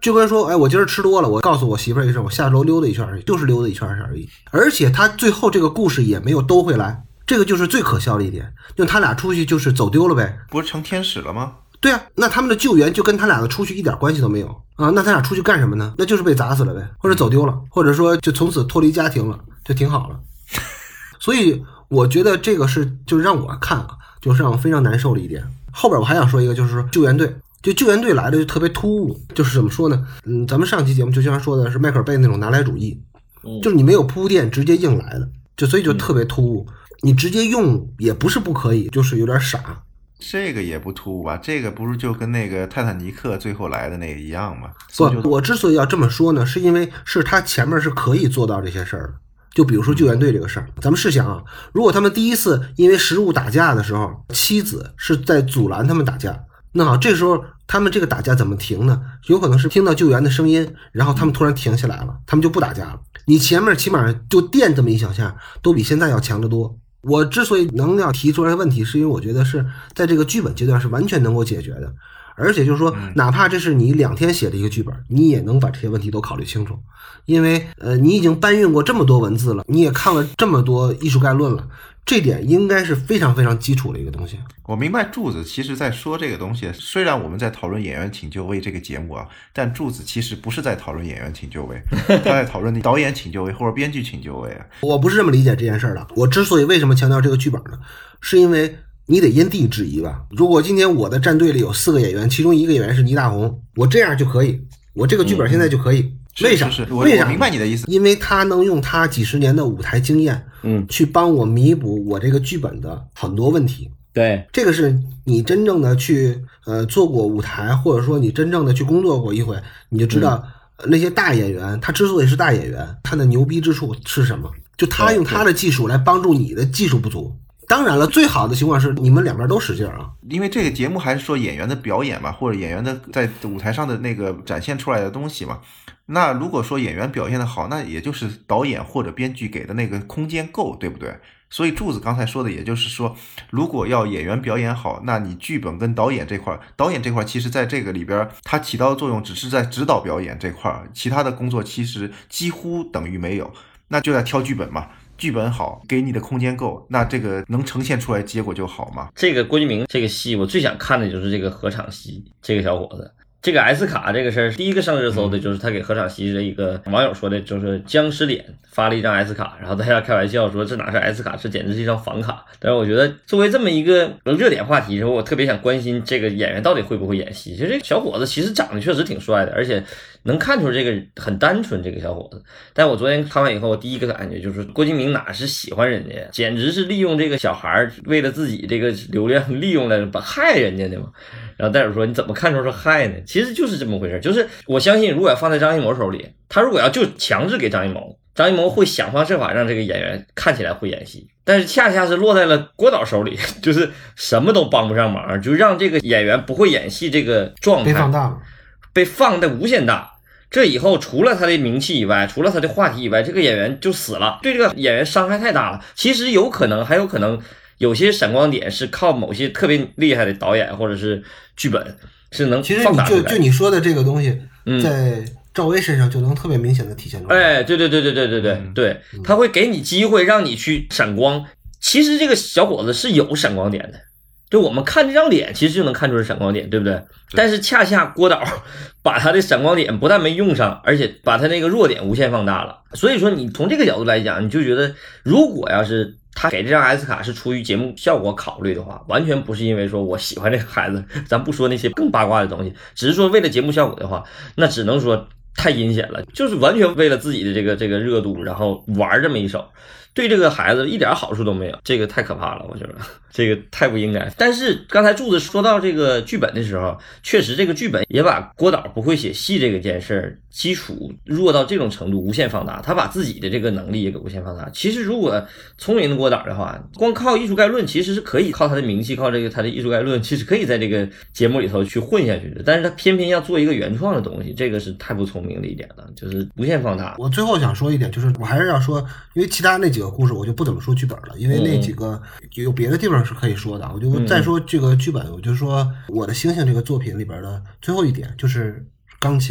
就跟说，哎，我今儿吃多了，我告诉我媳妇儿一声，我下楼溜达一圈而已，就是溜达一圈而已。而且他最后这个故事也没有兜回来，这个就是最可笑的一点，就他俩出去就是走丢了呗。 不是成天使了吗？ 对啊，那他们的救援就跟他俩的出去一点关系都没有啊！那他俩出去干什么呢？那就是被砸死了呗，或者走丢了，或者说就从此脱离家庭了，就挺好了。所以我觉得这个是就是让我看啊，就是让我非常难受的一点。后边我还想说一个，就是说救援队，就救援队来的就特别突兀，就是怎么说呢？嗯，咱们上期节目就经常说的是迈克尔贝那种拿来主义，就是你没有铺垫，直接硬来的，就所以就特别突兀。你直接用也不是不可以，就是有点傻。 这个也不突兀吧？这个不是就跟那个泰坦尼克最后来的那个一样吗？ 不，我之所以要这么说呢，是因为是他前面是可以做到这些事儿的。就比如说救援队这个事儿，咱们试想啊，如果他们第一次因为食物打架的时候，妻子是在阻拦他们打架，那好，这时候他们这个打架怎么停呢？有可能是听到救援的声音，然后他们突然停下来了，他们就不打架了。你前面起码就垫这么一小下，都比现在要强得多。我之所以能要提出来的问题，是因为我觉得是在这个剧本阶段是完全能够解决的，而且就是说，哪怕这是你两天写的一个剧本，你也能把这些问题都考虑清楚，因为呃，你已经搬运过这么多文字了，你也看了这么多艺术概论了，这点应该是非常非常基础的一个东西。 我明白柱子其实在说这个东西，虽然我们在讨论演员请就位这个节目啊，但柱子其实不是在讨论演员请就位，他在讨论导演请就位或者编剧请就位啊。 我不是这么理解这件事的。我之所以为什么强调这个剧本呢，是因为你得因地制宜吧。如果今天我的战队里有四个演员，其中一个演员是倪大红，我这样就可以，我这个剧本现在就可以。嗯为啥？ 是是为啥？ 我明白你的意思， 因为他能用他几十年的舞台经验， 嗯， 去帮我弥补我这个剧本的很多问题。 对， 这个是你真正的去呃做过舞台，或者说你真正的去工作过一回，你就知道、嗯、那些大演员他之所以是大演员，他的牛逼之处是什么？就他用他的技术来帮助你的技术不足。当然了，最好的情况是你们两边都使劲啊， 因为这个节目还是说演员的表演嘛，或者演员的在舞台上的那个展现出来的东西嘛。那如果说演员表现的好，那也就是导演或者编剧给的那个空间够，对不对？所以柱子刚才说的，也就是说，如果要演员表演好，那你剧本跟导演这块，导演这块其实在这个里边，它起到的作用只是在指导表演这块，其他的工作其实几乎等于没有。那就在挑剧本嘛。剧本好，给你的空间够，那这个能呈现出来结果就好嘛。 这个郭敬明这个戏，我最想看的就是这个何昶希这个小伙子。这个 S 卡这个事儿，第一个上热搜的就是他给何昶希的一个网友说的，就是僵尸脸发了一张 S 卡，然后大家开玩笑说这哪是 S 卡，这简直是一张房卡。但是我觉得作为这么一个热点话题，我特别想关心这个演员到底会不会演戏。其实这个小伙子其实长得确实挺帅的，而且能看出这个很单纯，这个小伙子。但我昨天看完以后，我第一个感觉就是郭敬明哪是喜欢人家，简直是利用这个小孩为了自己这个流量利用来把害人家的嘛。然后戴尔说你怎么看出是害呢？其实就是这么回事，就是我相信如果要放在张艺谋手里，他如果要就强制给张艺谋，张艺谋会想方设法让这个演员看起来会演戏，但是恰恰是落在了郭导手里，就是什么都帮不上忙，就让这个演员不会演戏这个状态被放大了， 被放的无限大。这以后除了他的名气以外，除了他的话题以外，这个演员就死了，对这个演员伤害太大了。其实有可能还有可能有些闪光点是靠某些特别厉害的导演或者是剧本是能放大出来的。 其实你就就你说的这个东西，在赵薇身上就能特别明显的体现出来。 哎，对对对对对对对、嗯、对，他会给你机会让你去闪光。其实这个小伙子是有闪光点的，就我们看这张脸其实就能看出是闪光点，对不对？但是恰恰郭导把他的闪光点不但没用上，而且把他那个弱点无限放大了。所以说你从这个角度来讲，你就觉得如果要是他给这张 S 卡是出于节目效果考虑的话，完全不是因为说我喜欢这个孩子，咱不说那些更八卦的东西，只是说为了节目效果的话，那只能说太阴险了，就是完全为了自己的这个这个热度，然后玩这么一手，对这个孩子一点好处都没有，这个太可怕了，我觉得这个太不应该。但是刚才柱子说到这个剧本的时候，确实这个剧本也把郭导不会写戏这个件事基础弱到这种程度无限放大，他把自己的这个能力也给无限放大。其实如果聪明的郭导的话，光靠艺术概论其实是可以靠他的名气，靠这个他的艺术概论其实可以在这个节目里头去混下去的，但是他偏偏要做一个原创的东西，这个是太不聪明的一点了，就是无限放大。 我最后想说一点，就是我还是要说，因为其他那几个故事我就不怎么说剧本了，因为那几个有别的地方是可以说的，我就再说这个剧本，我就说我的星星这个作品里边的最后一点就是钢琴。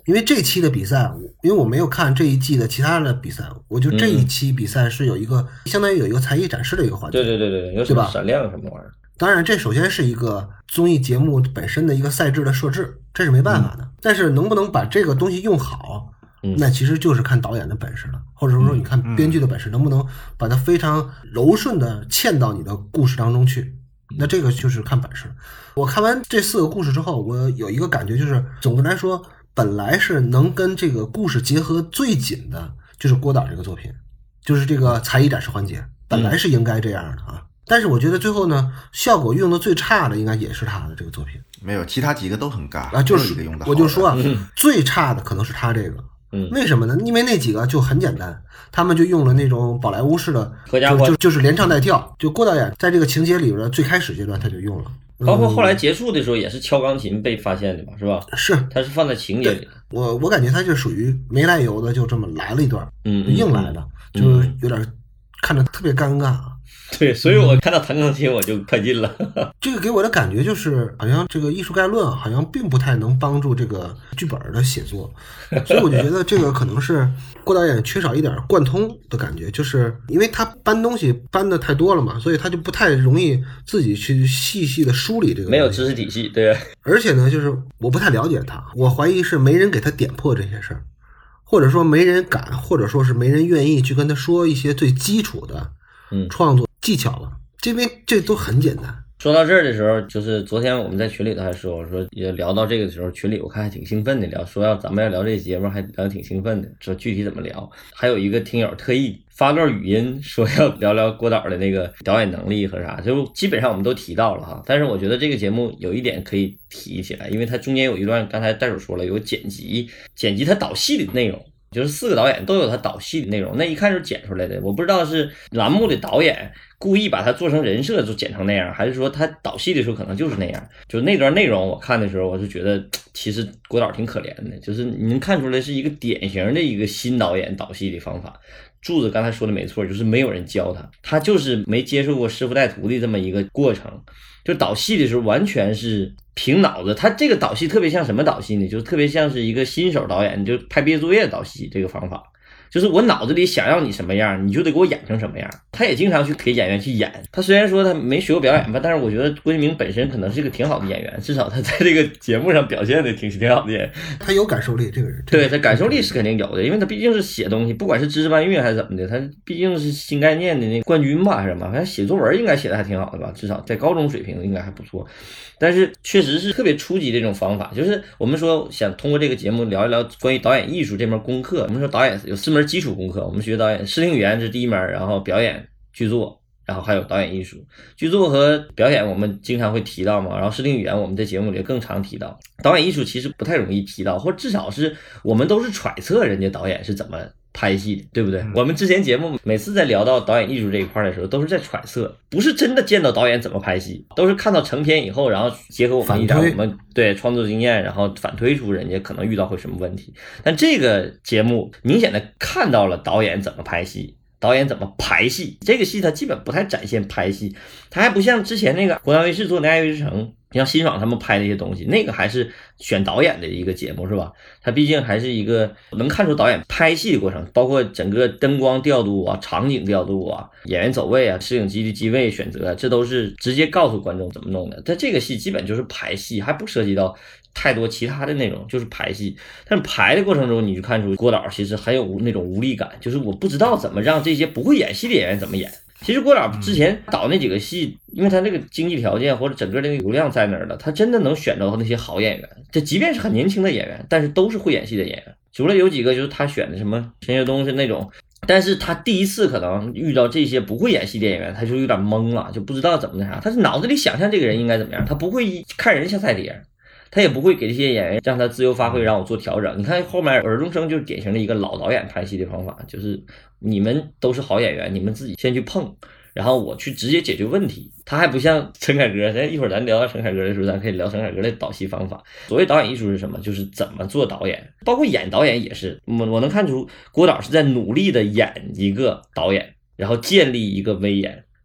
因为这期的比赛，因为我没有看这一季的其他的比赛，我就这一期比赛是有一个、嗯、相当于有一个才艺展示的一个环节。 对对对对，有什么闪亮什么玩意儿。 当然，这首先是一个综艺节目本身的一个赛制的设置，这是没办法的。嗯、但是能不能把这个东西用好，嗯、那其实就是看导演的本事了，或者说你看编剧的本事，能不能把它非常柔顺的嵌到你的故事当中去。那这个就是看本事。我看完这四个故事之后，我有一个感觉，就是总的来说，本来是能跟这个故事结合最紧的，就是郭导这个作品，就是这个才艺展示环节，本来是应该这样的啊。但是我觉得最后呢，效果用的最差的应该也是他的这个作品。 没有，其他几个都很尬啊，就是一个用的。 我就说啊，嗯、最差的可能是他这个。 嗯， 为什么呢？因为那几个就很简单，他们就用了那种宝莱坞式的， 就就就是连唱带跳。就郭导演在这个情节里边最开始阶段他就用了， 包括后来结束的时候也是敲钢琴被发现的嘛，是吧？ 是， 他是放在情节里。 我我感觉他就属于没来由的，就这么来了一段， 嗯， 硬来的，嗯、就是有点看着特别尴尬。 对，所以我看到弹钢琴我就快进了。 这个给我的感觉就是，好像这个艺术概论好像并不太能帮助这个剧本的写作，所以我就觉得这个可能是郭导演缺少一点贯通的感觉，就是因为他搬东西搬的太多了嘛，所以他就不太容易自己去细细的梳理这个， 没有知识体系，对。 而且呢，就是我不太了解他，我怀疑是没人给他点破这些事儿，或者说没人敢，或者说是没人愿意去跟他说一些最基础的创作技巧了，这边这都很简单。 说到这儿的时候，就是昨天我们在群里头还说，我说也聊到这个的时候，群里我看还挺兴奋的聊，说要咱们要聊这节目还聊得挺兴奋的，说具体怎么聊。还有一个听友特意发段语音说要聊聊郭导的那个导演能力和啥，就基本上我们都提到了哈。但是我觉得这个节目有一点可以提起来，因为它中间有一段，刚才袋鼠说了，有剪辑，剪辑它导戏的内容。就是四个导演都有他导戏的内容，那一看就是剪出来的。我不知道是栏目的导演故意把它做成人设就剪成那样，还是说他导戏的时候可能就是那样。就那段内容我看的时候，我就觉得其实郭导挺可怜的，就是你能看出来是一个典型的一个新导演导戏的方法。柱子刚才说的没错，就是没有人教他，他就是没接受过师傅带徒弟这么一个过程。就导戏的时候完全是凭脑子，他这个导戏特别像什么导戏呢？就是特别像是一个新手导演就拍毕业作业导戏这个方法，就是我脑子里想要你什么样，你就得给我演成什么样。他也经常去给演员去演，他虽然说他没学过表演吧，但是我觉得郭敬明本身可能是一个挺好的演员，至少他在这个节目上表现的挺挺好的演员， 他有感受力，这个人对他感受力是肯定有的，因为他毕竟是写东西，不管是知识搬运还是怎么的，他毕竟是新概念的那冠军吧还是什么，反正写作文应该写的还挺好的吧，至少在高中水平应该还不错。但是确实是特别初级的这种方法，就是我们说想通过这个节目聊一聊关于导演艺术这门功课。我们说导演有四门基础功课，我们学导演视听语言是第一门，然后表演、剧作，然后还有导演艺术。剧作和表演我们经常会提到嘛，然后视听语言我们在节目里更常提到。导演艺术其实不太容易提到，或至少是我们都是揣测人家导演是怎么拍戏的，对不对？我们之前节目每次在聊到导演艺术这一块的时候，都是在揣测，不是真的见到导演怎么拍戏，都是看到成片以后，然后结合我们一点我们对创作经验，然后反推出人家可能遇到会什么问题。但这个节目明显的看到了导演怎么拍戏，导演怎么排戏，这个戏它基本不太展现拍戏，它还不像之前那个湖南卫视做的《爱乐之城》，像辛爽他们拍的一些东西，那个还是选导演的一个节目是吧？它毕竟还是一个能看出导演拍戏的过程，包括整个灯光调度啊、场景调度啊、演员走位啊、摄影机的机位选择，这都是直接告诉观众怎么弄的。但这个戏基本就是排戏，还不涉及到太多其他的内容，就是排戏。但是排的过程中，你就看出郭导其实很有那种无力感，就是我不知道怎么让这些不会演戏的演员怎么演。其实郭导之前导那几个戏，因为他那个经济条件或者整个这个流量在那儿了，他真的能选到那些好演员。这即便是很年轻的演员，但是都是会演戏的演员。除了有几个就是他选的什么陈学冬是那种，但是他第一次可能遇到这些不会演戏的演员，他就有点懵了，就不知道怎么那啥。他是脑子里想象这个人应该怎么样，他不会看人下菜碟。他也不会给这些演员让他自由发挥，让我做调整。你看后面尔冬升就是典型的一个老导演拍戏的方法，就是你们都是好演员，你们自己先去碰，然后我去直接解决问题。他还不像陈凯歌，一会儿咱聊到陈凯歌的时候，咱可以聊陈凯歌的导戏方法。所谓导演艺术是什么？就是怎么做导演，包括演导演也是。我我能看出郭导是在努力的演一个导演，然后建立一个威严。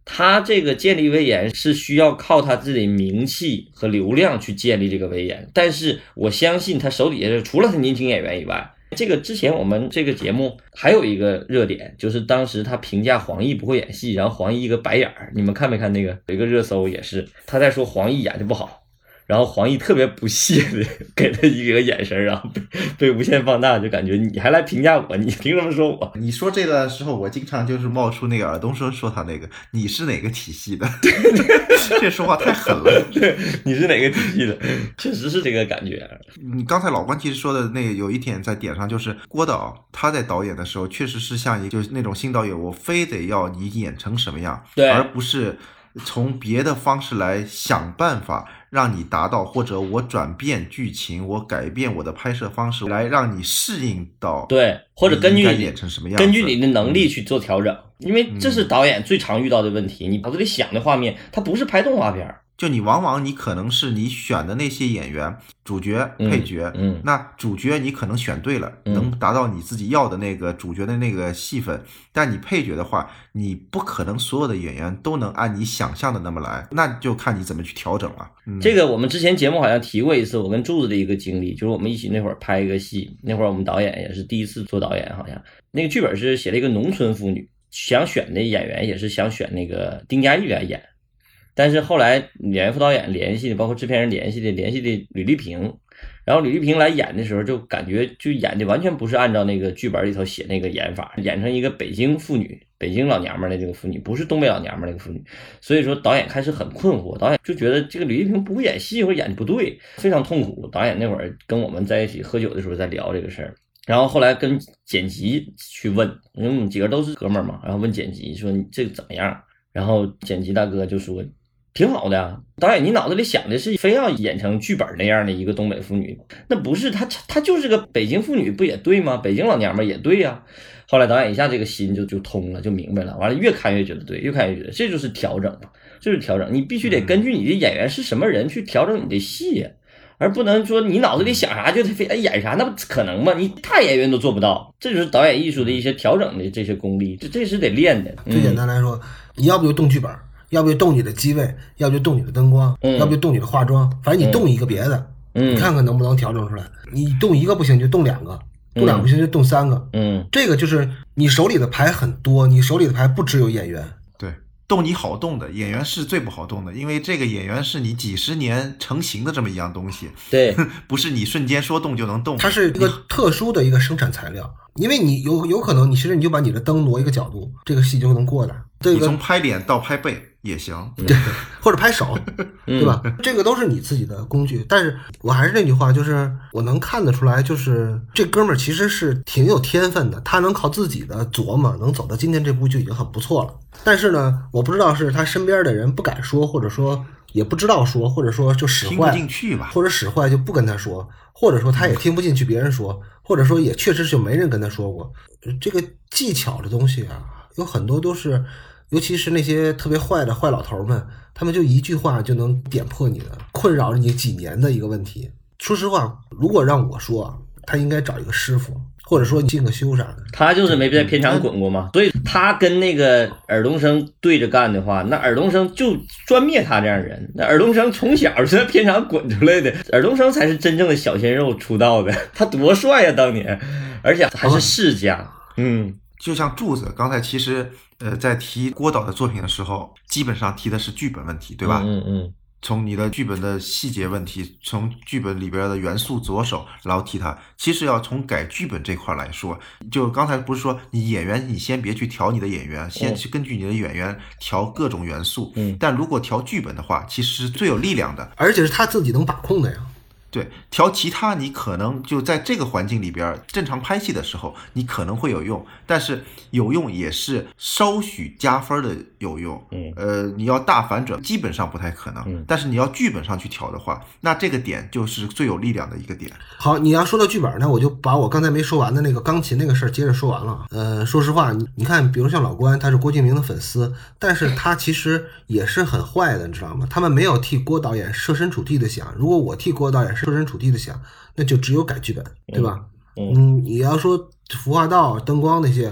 他这个建立威严是需要靠他自己名气和流量去建立这个威严，但是我相信他手底下除了他年轻演员以外，这个之前我们这个节目还有一个热点，就是当时他评价黄奕不会演戏，然后黄奕一个白眼儿，你们看没看那个有一个热搜也是他在说黄奕演的不好，然后黄奕特别不屑的给他一个眼神，然后被被无限放大，就感觉你还来评价我，你凭什么说我？ 你说这个时候，我经常就是冒出那个尔冬升说他那个你是哪个体系的？这说话太狠了。 对，你是哪个体系的？确实是这个感觉。 你刚才老关其实说的那个有一点在点上，就是郭导他在导演的时候，确实是像一就是那种新导演，我非得要你演成什么样， 对， 而不是从别的方式来想办法让你达到，或者我转变剧情，我改变我的拍摄方式，来让你适应到， 对，或者根据你演成什么样， 根据你的能力去做调整，因为这是导演最常遇到的问题。你脑子里想的画面，它不是拍动画片。 就你往往你可能是你选的那些演员，主角、配角， 嗯，嗯那主角你可能选对了， 嗯、 能达到你自己要的那个主角的那个戏份，但你配角的话，你不可能所有的演员都能按你想象的那么来，那就看你怎么去调整了。嗯、 这个我们之前节目好像提过一次，我跟柱子的一个经历，就是我们一起那会儿拍一个戏，那会儿我们导演也是第一次做导演，好像那个剧本是写了一个农村妇女，想选的演员也是想选那个丁嘉译来演。但是后来演员副导演联系的，包括制片人联系的，联系的吕丽萍，然后吕丽萍来演的时候，就感觉就演的完全不是按照那个剧本里头写那个演法，演成一个北京妇女，北京老娘们的这个妇女，不是东北老娘们那个妇女。所以说导演开始很困惑，导演就觉得这个吕丽萍不会演戏或者演的不对，非常痛苦。导演那会儿跟我们在一起喝酒的时候在聊这个事儿，然后后来跟剪辑去问，因为我们几个都是哥们儿嘛，然后问剪辑说你这个怎么样？然后剪辑大哥就说挺好的，导演你脑子里想的是非要演成剧本那样的一个东北妇女，那不是，她她就是个北京妇女不也对吗？北京老娘们也对呀、啊。后来导演一下这个心就就通了，就明白了，完了越看越觉得对，越看越觉得这就是调整嘛，这就是调整，你必须得根据你的演员是什么人去调整你的戏呀、啊。而不能说你脑子里想啥就非演啥，那不可能吗？你大演员都做不到，这就是导演艺术的一些调整的这些功力，这这是得练的。 最简单来说，你要不就动剧本，要不就动你的机位，要不就动你的灯光， 嗯、 要不就动你的化妆，反正你动一个别的，嗯、你看看能不能调整出来。你动一个不行就动两个，动两个不行就动三个。 嗯， 这个就是你手里的牌很多，你手里的牌不只有演员。 对。动你好动的演员是最不好动的，因为这个演员是你几十年成型的这么一样东西， 对， 不是你瞬间说动就能动， 它是一个特殊的一个生产材料。因为你有有可能，你其实你就把你的灯挪一个角度，这个戏就能过来。这个你从拍脸到拍背也行， 对，或者拍手，对吧？这个都是你自己的工具。但是我还是那句话，就是我能看得出来，就是这哥们儿其实是挺有天分的，他能靠自己的琢磨能走到今天这步就已经很不错了。但是呢，我不知道是他身边的人不敢说，或者说也不知道说，或者说就使坏， 听不进去吧， 或者使坏就不跟他说，或者说他也听不进去别人说，或者说也确实就没人跟他说过。这个技巧的东西啊，有很多都是，尤其是那些特别坏的坏老头们，他们就一句话就能点破你的困扰着你几年的一个问题。说实话，如果让我说啊，他应该找一个师傅，或者说你进个修啥的。 他就是没在片场滚过嘛，所以他跟那个尔冬升对着干的话，那尔冬升就专灭他这样人。那尔冬升从小是在片场滚出来的，尔冬升才是真正的小鲜肉出道的，他多帅呀、啊、当年，而且还是世家。嗯， 就像柱子刚才其实呃在提郭导的作品的时候，基本上提的是剧本问题，对吧？ 嗯嗯。 从你的剧本的细节问题，从剧本里边的元素着手，然后提它。其实要从改剧本这块来说，就刚才不是说你演员，你先别去调你的演员，先去根据你的演员调各种元素。 嗯， 但如果调剧本的话，其实是最有力量的， 而且是他自己能把控的呀。 对，调其他你可能就在这个环境里边正常拍戏的时候你可能会有用，但是有用也是稍许加分的有用。 嗯， 呃，你要大反转基本上不太可能。 嗯， 但是你要剧本上去调的话，那这个点就是最有力量的一个点。 好，你要说到剧本呢，我就把我刚才没说完的那个钢琴那个事儿接着说完了。呃，说实话，你你看，比如像老关，他是郭敬明的粉丝，但是他其实也是很坏的，你知道吗？他们没有替郭导演设身处地的想，如果我替郭导演设身处地的想，那就只有改剧本，对吧？嗯，你要说服化道、灯光那些，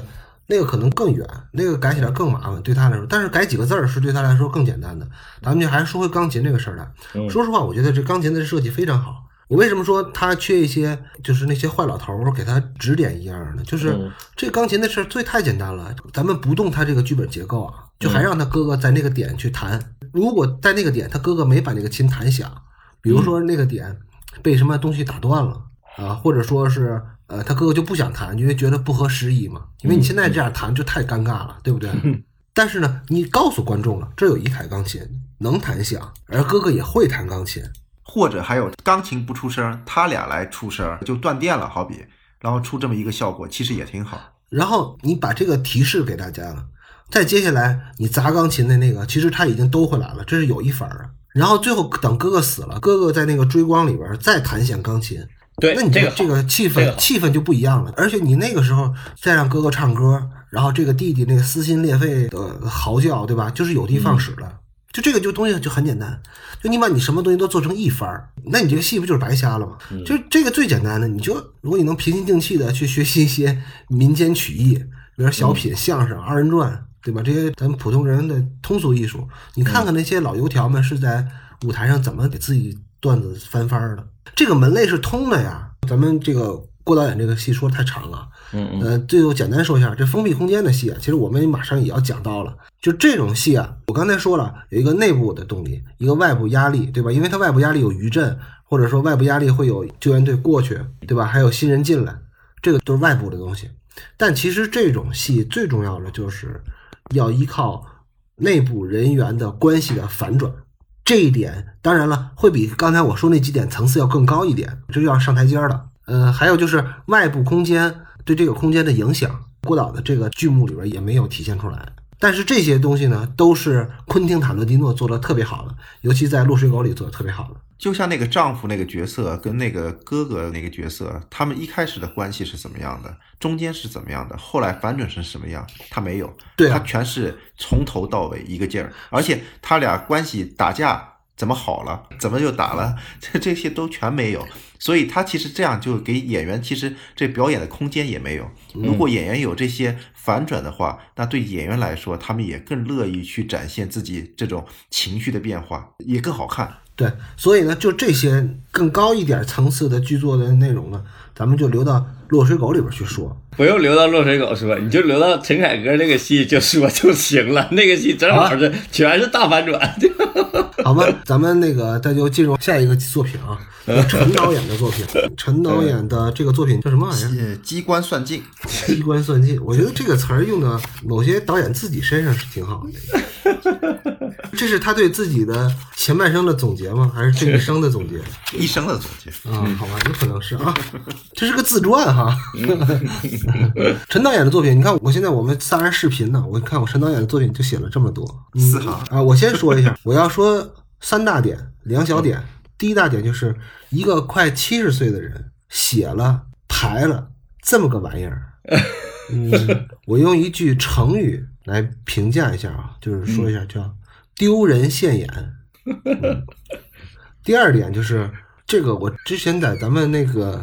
那个可能更远，那个改起来更麻烦，对他来说。但是改几个字儿是对他来说更简单的。咱们就还是说回钢琴这个事儿来。说实话，我觉得这钢琴的设计非常好。我为什么说他缺一些，就是那些坏老头儿给他指点一样呢？就是这钢琴的事儿最太简单了，咱们不动他这个剧本结构啊，就还让他哥哥在那个点去弹。如果在那个点他哥哥没把那个琴弹响，比如说那个点被什么东西打断了啊，或者说是。呃，他哥哥就不想弹，因为觉得不合时宜嘛。因为你现在这样弹就太尴尬了，对不对？但是呢，你告诉观众了，这有一台钢琴能弹响，而哥哥也会弹钢琴， 或者还有钢琴不出声，他俩来出声就断电了，好比，然后出这么一个效果，其实也挺好。 然后你把这个提示给大家了，再接下来你砸钢琴的那个，其实他已经兜回来了，这是有一法儿。然后最后等哥哥死了，哥哥在那个追光里边再弹响钢琴。 对， 那你这个这个气氛、这个、气氛就不一样了，而且你那个时候再让哥哥唱歌，然后这个弟弟那个撕心裂肺的嚎叫，对吧？就是有的放矢了。嗯、就这个就东西就很简单，就你把你什么东西都做成一番，那你这个戏不就是白瞎了吗？嗯、就这个最简单的，你就如果你能平心静气的去学习一些民间曲艺，比如小品、相声、二人转，对吧？这些咱们普通人的通俗艺术，你看看那些老油条们是在舞台上怎么给自己段子翻番的。这个门类是通的呀，咱们这个郭导演这个戏说太长了， 嗯嗯， 呃，最后简单说一下这封闭空间的戏啊，其实我们马上也要讲到了。就这种戏啊，我刚才说了，有一个内部的动力，一个外部压力，对吧？因为它外部压力有余震，或者说外部压力会有救援队过去，对吧？还有新人进来，这个都是外部的东西。但其实这种戏最重要的就是要依靠内部人员的关系的反转。这一点当然了，会比刚才我说那几点层次要更高一点，这就要上台阶了。呃，还有就是外部空间对这个空间的影响，郭导的这个剧目里边也没有体现出来。但是这些东西呢，都是昆汀·塔伦蒂诺做的特别好的，尤其在《落水狗》里做的特别好的。 就像那个丈夫那个角色跟那个哥哥那个角色，他们一开始的关系是怎么样的，中间是怎么样的，后来反转是什么样，他没有， 对啊， 他全是从头到尾一个劲儿，而且他俩关系打架怎么好了，怎么又打了，这这些都全没有。所以他其实这样就给演员其实这表演的空间也没有。如果演员有这些反转的话，那对演员来说，他们也更乐意去展现自己这种情绪的变化，也更好看。 对，所以呢，就这些更高一点层次的剧作的内容呢，咱们就留到《落水狗》里边去说。 不用留到《落水狗》说，你就留到陈凯歌那个戏就说就行了。那个戏正好是全是大反转。 好吧，咱们那个再就进入下一个作品啊，陈导演的作品。陈导演的这个作品叫什么玩意儿？ 机关算尽。 机关算尽，我觉得这个词儿用的某些导演自己身上是挺好的。这是他对自己的前半生的总结吗？还是这一生的总结？ 一生的总结啊，好吧，有可能是啊，这是个自传哈。陈导演的作品，你看我现在我们仨人视频呢，我看我陈导演的作品就写了这么多， 四行啊。我先说一下，我要说三大点，两小点。第一大点就是一个快七十岁的人写了排了这么个玩意儿。嗯，我用一句成语来评价一下啊，就是说一下叫丢人现眼。嗯、第二点就是这个，我之前在咱们那个，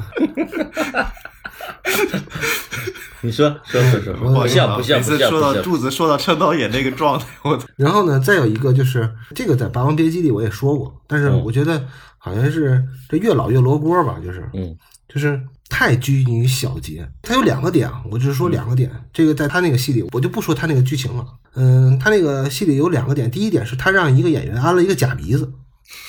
你说说说说，不像不像不像。每次说到柱子，说到陈导演那个状态，我。 然后呢，再有一个就是这个在《霸王别姬》里我也说过，但是我觉得好像是这越老越罗锅吧，就是嗯， 就是太拘泥于小节。它有两个点，我只是说两个点。嗯、这个在他那个戏里，我就不说他那个剧情了。嗯，他那个戏里有两个点，第一点是他让一个演员安了一个假鼻子。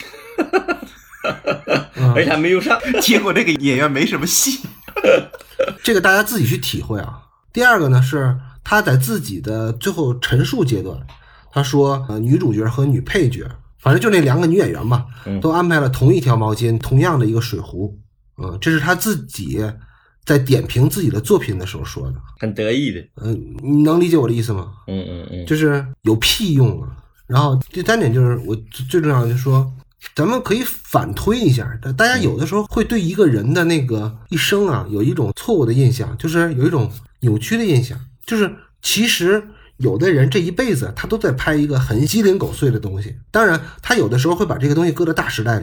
而且还没用上， 结果这个演员没什么戏。 这个大家自己去体会啊。第二个呢是他在自己的最后陈述阶段，他说呃女主角和女配角，反正就那两个女演员吧，都安排了同一条毛巾，同样的一个水壶。嗯，这是他自己在点评自己的作品的时候说的， 很得意的。 嗯，你能理解我的意思吗？ 嗯嗯嗯， 就是有屁用啊。然后第三点就是我最重要的就是说，咱们可以反推一下，大家有的时候会对一个人的那个一生啊有一种错误的印象，就是有一种扭曲的印象，就是其实有的人这一辈子他都在拍一个很鸡零狗碎的东西，当然他有的时候会把这个东西搁到大时代里边，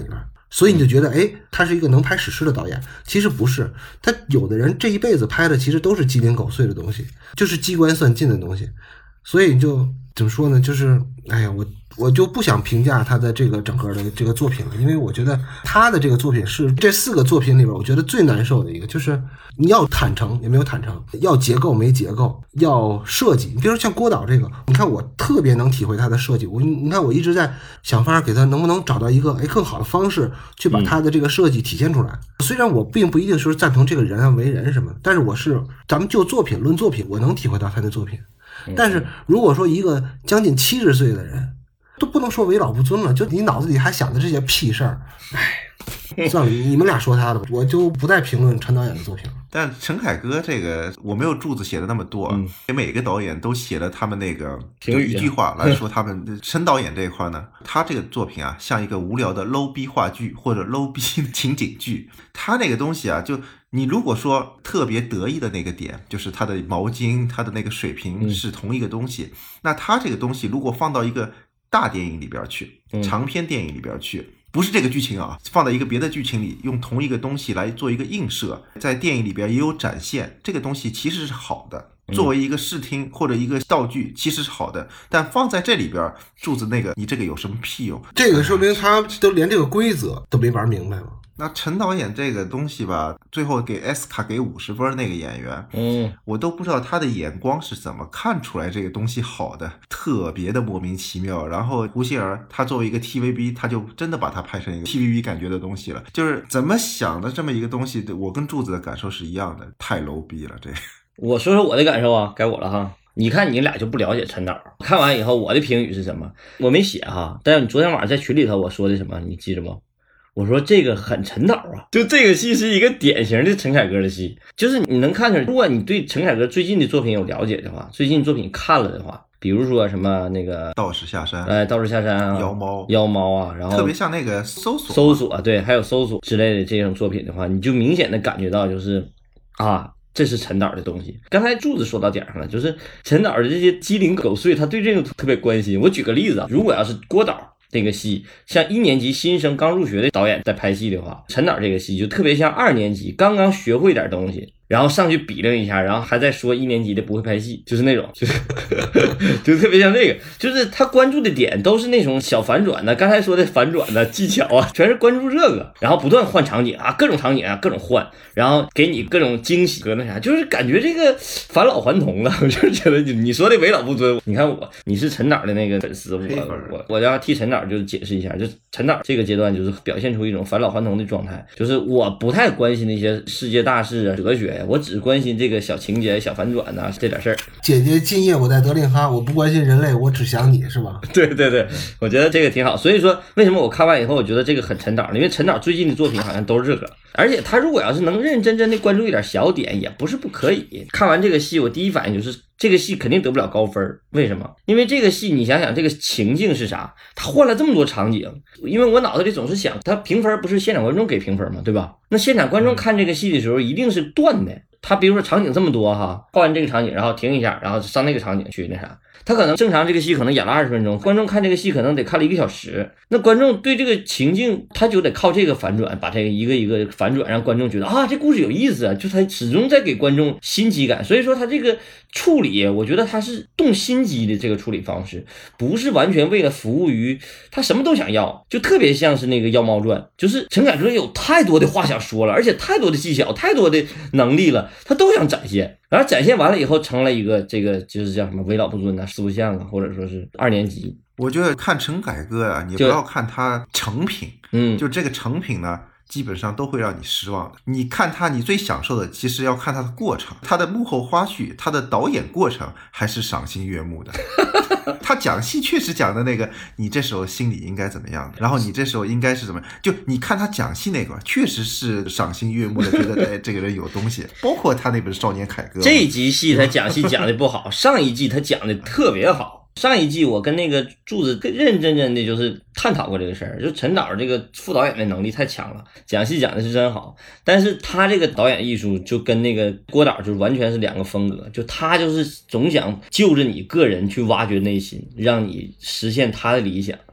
所以你就觉得，哎，他是一个能拍史诗的导演。其实不是，他有的人这一辈子拍的其实都是鸡零狗碎的东西，就是机关算尽的东西。所以你就怎么说呢？就是，哎呀，我我就不想评价他的这个整个的这个作品了，因为我觉得他的这个作品是这四个作品里边我觉得最难受的一个，就是你要坦诚也没有坦诚，要结构没结构，要设计。你比如说像郭导这个，你看我特别能体会他的设计，我你看我一直在想法给他能不能找到一个哎更好的方式去把他的这个设计体现出来。嗯、虽然我并不一定说赞同这个人啊为人什么，但是我是咱们就作品论作品，我能体会到他的作品。但是如果说一个将近七十岁的人都不能说为老不尊了，就你脑子里还想的这些屁事儿，哎，算了，你们俩说他的吧，我就不再评论陈导演的作品了。 但陈凯歌这个我没有柱子写的那么多，嗯、每个导演都写了他们那个就一句话来说他们陈导演这一块呢，他这个作品啊像一个无聊的 low 逼话剧或者 low 逼情景剧，他那个东西啊就。你如果说特别得意的那个点，就是他的毛巾，他的那个水平是同一个东西，嗯、那他这个东西如果放到一个大电影里边去，嗯、长篇电影里边去，不是这个剧情啊，放到一个别的剧情里，用同一个东西来做一个映射，在电影里边也有展现，这个东西其实是好的。作为一个视听或者一个道具其实是好的，但放在这里边柱子那个你这个有什么屁用？ 这个说明他都连这个规则都没玩明白吗？ 那陈导演这个东西吧，最后给 S 卡给五十分那个演员，嗯，我都不知道他的眼光是怎么看出来这个东西好的，特别的莫名其妙。然后胡杏儿他作为一个 T V B， 他就真的把它拍成一个 T V B 感觉的东西了，就是怎么想的这么一个东西，我跟柱子的感受是一样的，太 low 逼了这个。 我说说我的感受啊，该我了哈。你看你俩就不了解陈导，看完以后我的评语是什么？我没写哈，但是你昨天晚上在群里头我说的什么，你记着吗？我说这个很陈导啊，就这个戏是一个典型的陈凯歌的戏，就是你能看出来，如果你对陈凯歌最近的作品有了解的话，最近作品看了的话，比如说什么那个道士下山， 哎，道士下山啊， 妖猫， 妖猫啊，然后特别像那个搜索， 搜索，对，还有搜索之类的这种作品的话，你就明显的感觉到就是啊。这是陈导的东西。刚才柱子说到点上了，就是陈导的这些鸡零狗碎，他对这个特别关心。我举个例子啊，如果要是郭导那个戏像一年级新生刚入学的导演在拍戏的话，陈导这个戏就特别像二年级刚刚学会点东西，然后上去比量一下，然后还在说一年级的不会拍戏，就是那种，就是就特别像这个，就是他关注的点都是那种小反转的，刚才说的反转的技巧啊，全是关注这个，然后不断换场景啊，各种场景啊，各种换，然后给你各种惊喜和那啥，就是感觉这个返老还童了。我就觉得你说的为老不尊，你看我，你是陈导的那个粉丝，我我我要替陈导就是解释一下，就陈导这个阶段就是表现出一种返老还童的状态，就是我不太关心那些世界大事啊、哲学。我只关心这个小情节、小反转呐、啊，这点事儿。 姐姐今夜我在德令哈，我不关心人类，我只想你，是吧？ 对对对，我觉得这个挺好。所以说，为什么我看完以后，我觉得这个很陈导？因为陈导最近的作品好像都是这个，而且他如果要是能认认真真的关注一点小点，也不是不可以。看完这个戏，我第一反应就是这个戏肯定得不了高分。为什么？因为这个戏，你想想这个情境是啥？他换了这么多场景，因为我脑子里总是想，他评分不是现场观众给评分吗？对吧？那现场观众看这个戏的时候，一定是断的。他比如说场景这么多哈，画完这个场景，然后停一下，然后上那个场景去那啥。他可能正常这个戏可能演了二十分钟，观众看这个戏可能得看了一个小时。那观众对这个情境，他就得靠这个反转，把这个一个一个反转，让观众觉得啊，这故事有意思啊，就他始终在给观众新奇感。所以说他这个处理，我觉得他是动心机的这个处理方式，不是完全为了服务于他什么都想要，就特别像是那个《妖猫传》，就是陈凯歌有太多的话想说了，而且太多的技巧，太多的能力了，他都想展现。然后展现完了以后，成了一个这个就是叫什么为老不尊啊、四不像啊，或者说是二年级。 我觉得看陈凯歌啊，你不要看他成品， 嗯， 就这个成品呢，基本上都会让你失望的。你看他，你最享受的其实要看他的过程，他的幕后花絮，他的导演过程还是赏心悦目的。他讲戏确实讲的那个，你这时候心里应该怎么样的，然后你这时候应该是怎么，就你看他讲戏那个，确实是赏心悦目的，觉得哎这个人有东西。包括他那本《少年凯歌》， 这一集戏他讲戏讲的不好，上一季他讲的特别好。上一季我跟那个柱子认认真真的就是探讨过这个事儿，就陈导这个副导演的能力太强了，讲戏讲的是真好，但是他这个导演艺术就跟那个郭导就完全是两个风格，就他就是总想就着你个人去挖掘内心，让你实现他的理想，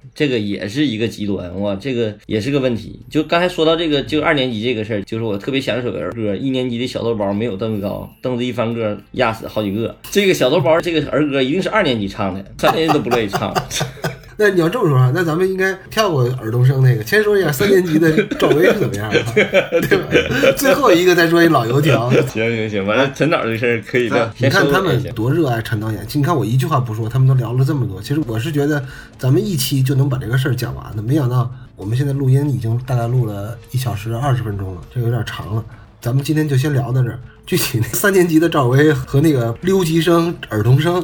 这个也是一个极端哇，这个也是个问题。就刚才说到这个，就二年级这个事儿，就是我特别想首儿歌，一年级的小豆包没有凳子高，凳子一翻个压死好几个。这个小豆包这个儿歌一定是二年级唱的，三年级都不乐意唱。 那你要这么说，那咱们应该跳过尔冬升那个，先说一下三年级的赵薇是怎么样的，对吧？最后一个再说一老油条。 行行行，完了陈导这事儿可以聊。 你看他们多热爱陈导演，你看我一句话不说，他们都聊了这么多。其实我是觉得咱们一期就能把这个事儿讲完的，没想到我们现在录音已经大概录了一小时二十分钟了，这有点长了。咱们今天就先聊到这儿。具体那三年级的赵薇和那个溜级生尔冬升，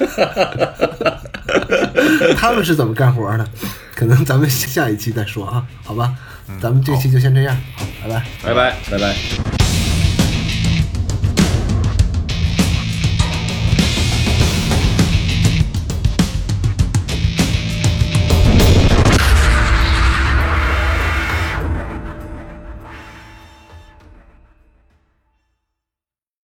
他们是怎么干活的？可能咱们下一期再说啊，好吧？咱们这期就先这样，好，拜拜， 拜拜，拜拜。